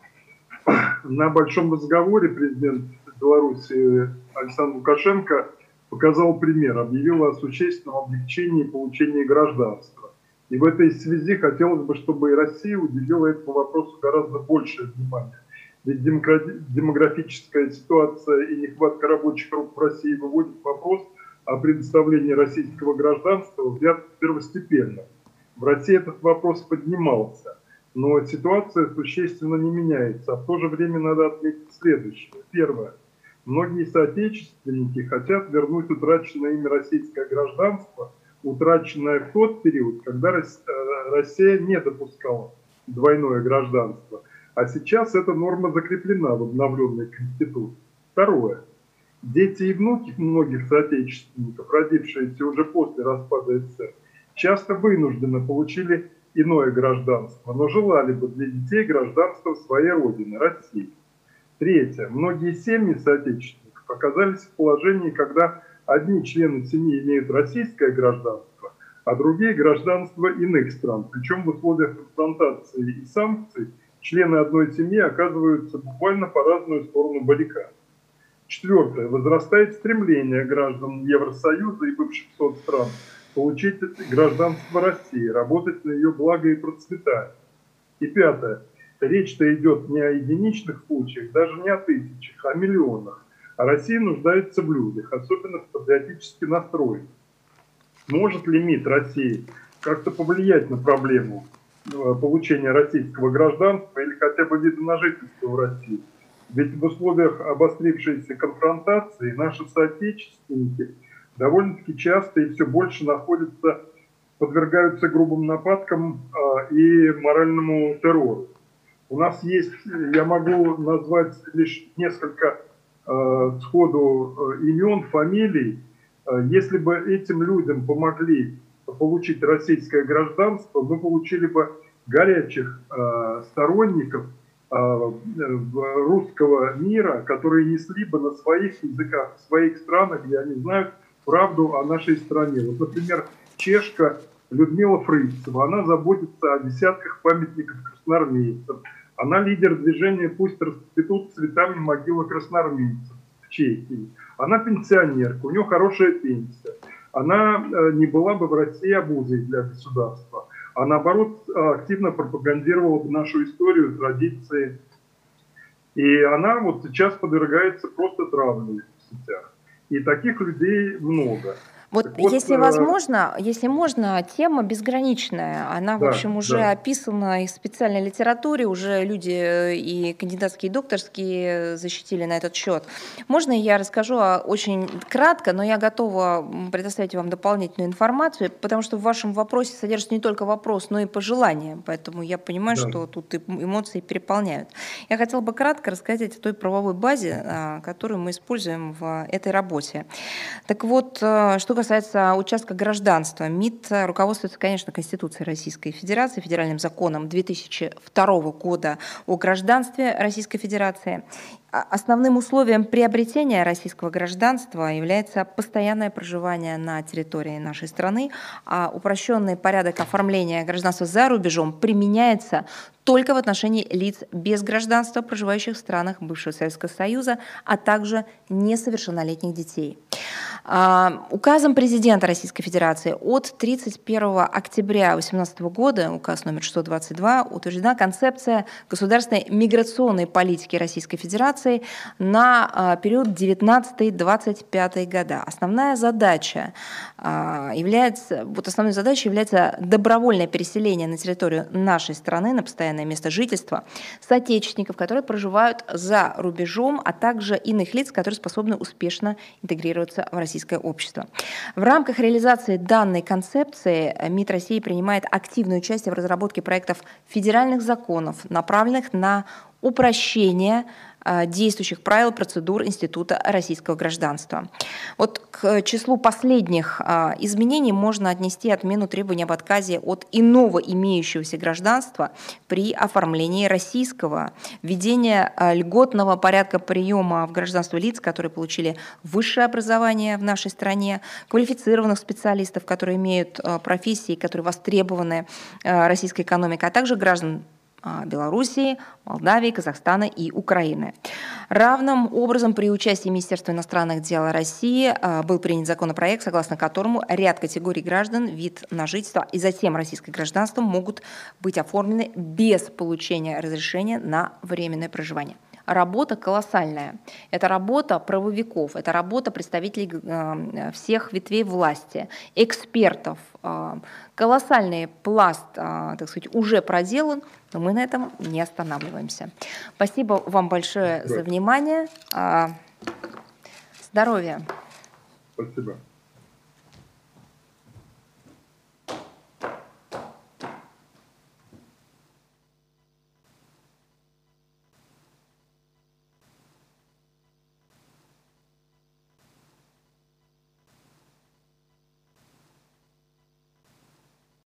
На большом разговоре президент Беларуси Александр Лукашенко показал пример, объявил о существенном облегчении получения гражданства. И в этой связи хотелось бы, чтобы и Россия уделила этому вопросу гораздо большее внимание. Ведь демографическая ситуация и нехватка рабочих рук в России выводит вопрос о предоставлении российского гражданства в ряд первостепенно. В России этот вопрос поднимался, но ситуация существенно не меняется. А в то же время надо отметить следующее. Первое. Многие соотечественники хотят вернуть утраченное ими российское гражданство, утраченное в тот период, когда Россия не допускала двойное гражданство. А сейчас эта норма закреплена в обновленной Конституции. Второе. Дети и внуки многих соотечественников, родившиеся уже после распада СССР, часто вынужденно получили иное гражданство, но желали бы для детей гражданство своей родины, России. Третье. Многие семьи соотечественников оказались в положении, когда одни члены семьи имеют российское гражданство, а другие гражданство иных стран. Причем в условиях конфронтации и санкций члены одной семьи оказываются буквально по разную сторону баррикад. Четвертое. Возрастает стремление граждан Евросоюза и бывших соцстран получить гражданство России, работать на ее благо и процветание. И пятое. Речь-то идет не о единичных случаях, даже не о тысячах, а о миллионах. А Россия нуждается в людях, особенно в патриотически настроенных. Может ли МИД России как-то повлиять на проблему получения российского гражданства или хотя бы вида на жительство в России? Ведь в условиях обострившейся конфронтации наши соотечественники довольно-таки часто и все больше подвергаются грубым нападкам и моральному террору. У нас есть, я могу назвать лишь несколько сходу имен, фамилий. Если бы этим людям помогли получить российское гражданство, мы получили бы горячих сторонников русского мира, которые несли бы на своих языках, в своих странах, где они знают правду о нашей стране. Вот, например, чешка Людмила Фрыцева, она заботится о десятках памятников красноармейцев. Она лидер движения «Пусть расцветут цветами могилы красноармейцев» в Чехии. Она пенсионерка, у нее хорошая пенсия. Она не была бы в России обузой для государства, а наоборот активно пропагандировала бы нашу историю, традиции И она вот сейчас подвергается просто травле в сетях. И таких людей много. Вот, если возможно, если можно, тема безграничная. Она, в общем, уже описана и в специальной литературе, уже люди и кандидатские, и докторские защитили на этот счет. Можно я расскажу очень кратко, но я готова предоставить вам дополнительную информацию, потому что в вашем вопросе содержится не только вопрос, но и пожелания. Поэтому я понимаю, что тут эмоции переполняют. Я хотела бы кратко рассказать о той правовой базе, которую мы используем в этой работе. Так вот, что касается участка гражданства, МИД руководствуется, конечно, Конституцией Российской Федерации, федеральным законом 2002 года о гражданстве Российской Федерации. Основным условием приобретения российского гражданства является постоянное проживание на территории нашей страны, а упрощенный порядок оформления гражданства за рубежом применяется только в отношении лиц без гражданства, проживающих в странах бывшего Советского Союза, а также несовершеннолетних детей. Указом президента Российской Федерации от 31 октября 2018 года, указ номер 622, утверждена концепция государственной миграционной политики Российской Федерации на период 19-25 года. Основной задачей является добровольное переселение на территорию нашей страны на постоянное место жительства соотечественников, которые проживают за рубежом, а также иных лиц, которые способны успешно интегрироваться в российское общество. В рамках реализации данной концепции МИД России принимает активное участие в разработке проектов федеральных законов, направленных на упрощение действующих правил, процедур Института российского гражданства. Вот к числу последних изменений можно отнести отмену требований об отказе от иного имеющегося гражданства при оформлении российского, введение льготного порядка приема в гражданство лиц, которые получили высшее образование в нашей стране, квалифицированных специалистов, которые имеют профессии, которые востребованы российской экономикой, а также граждан Белоруссии, Молдавии, Казахстана и Украины. Равным образом при участии Министерства иностранных дел России был принят законопроект, согласно которому ряд категорий граждан, вид на жительство и затем российское гражданство могут быть оформлены без получения разрешения на временное проживание. Работа колоссальная. Это работа правовиков, это работа представителей всех ветвей власти, экспертов. Колоссальный пласт, так сказать, уже проделан, но мы на этом не останавливаемся. Спасибо вам большое за внимание. Здоровья. Спасибо.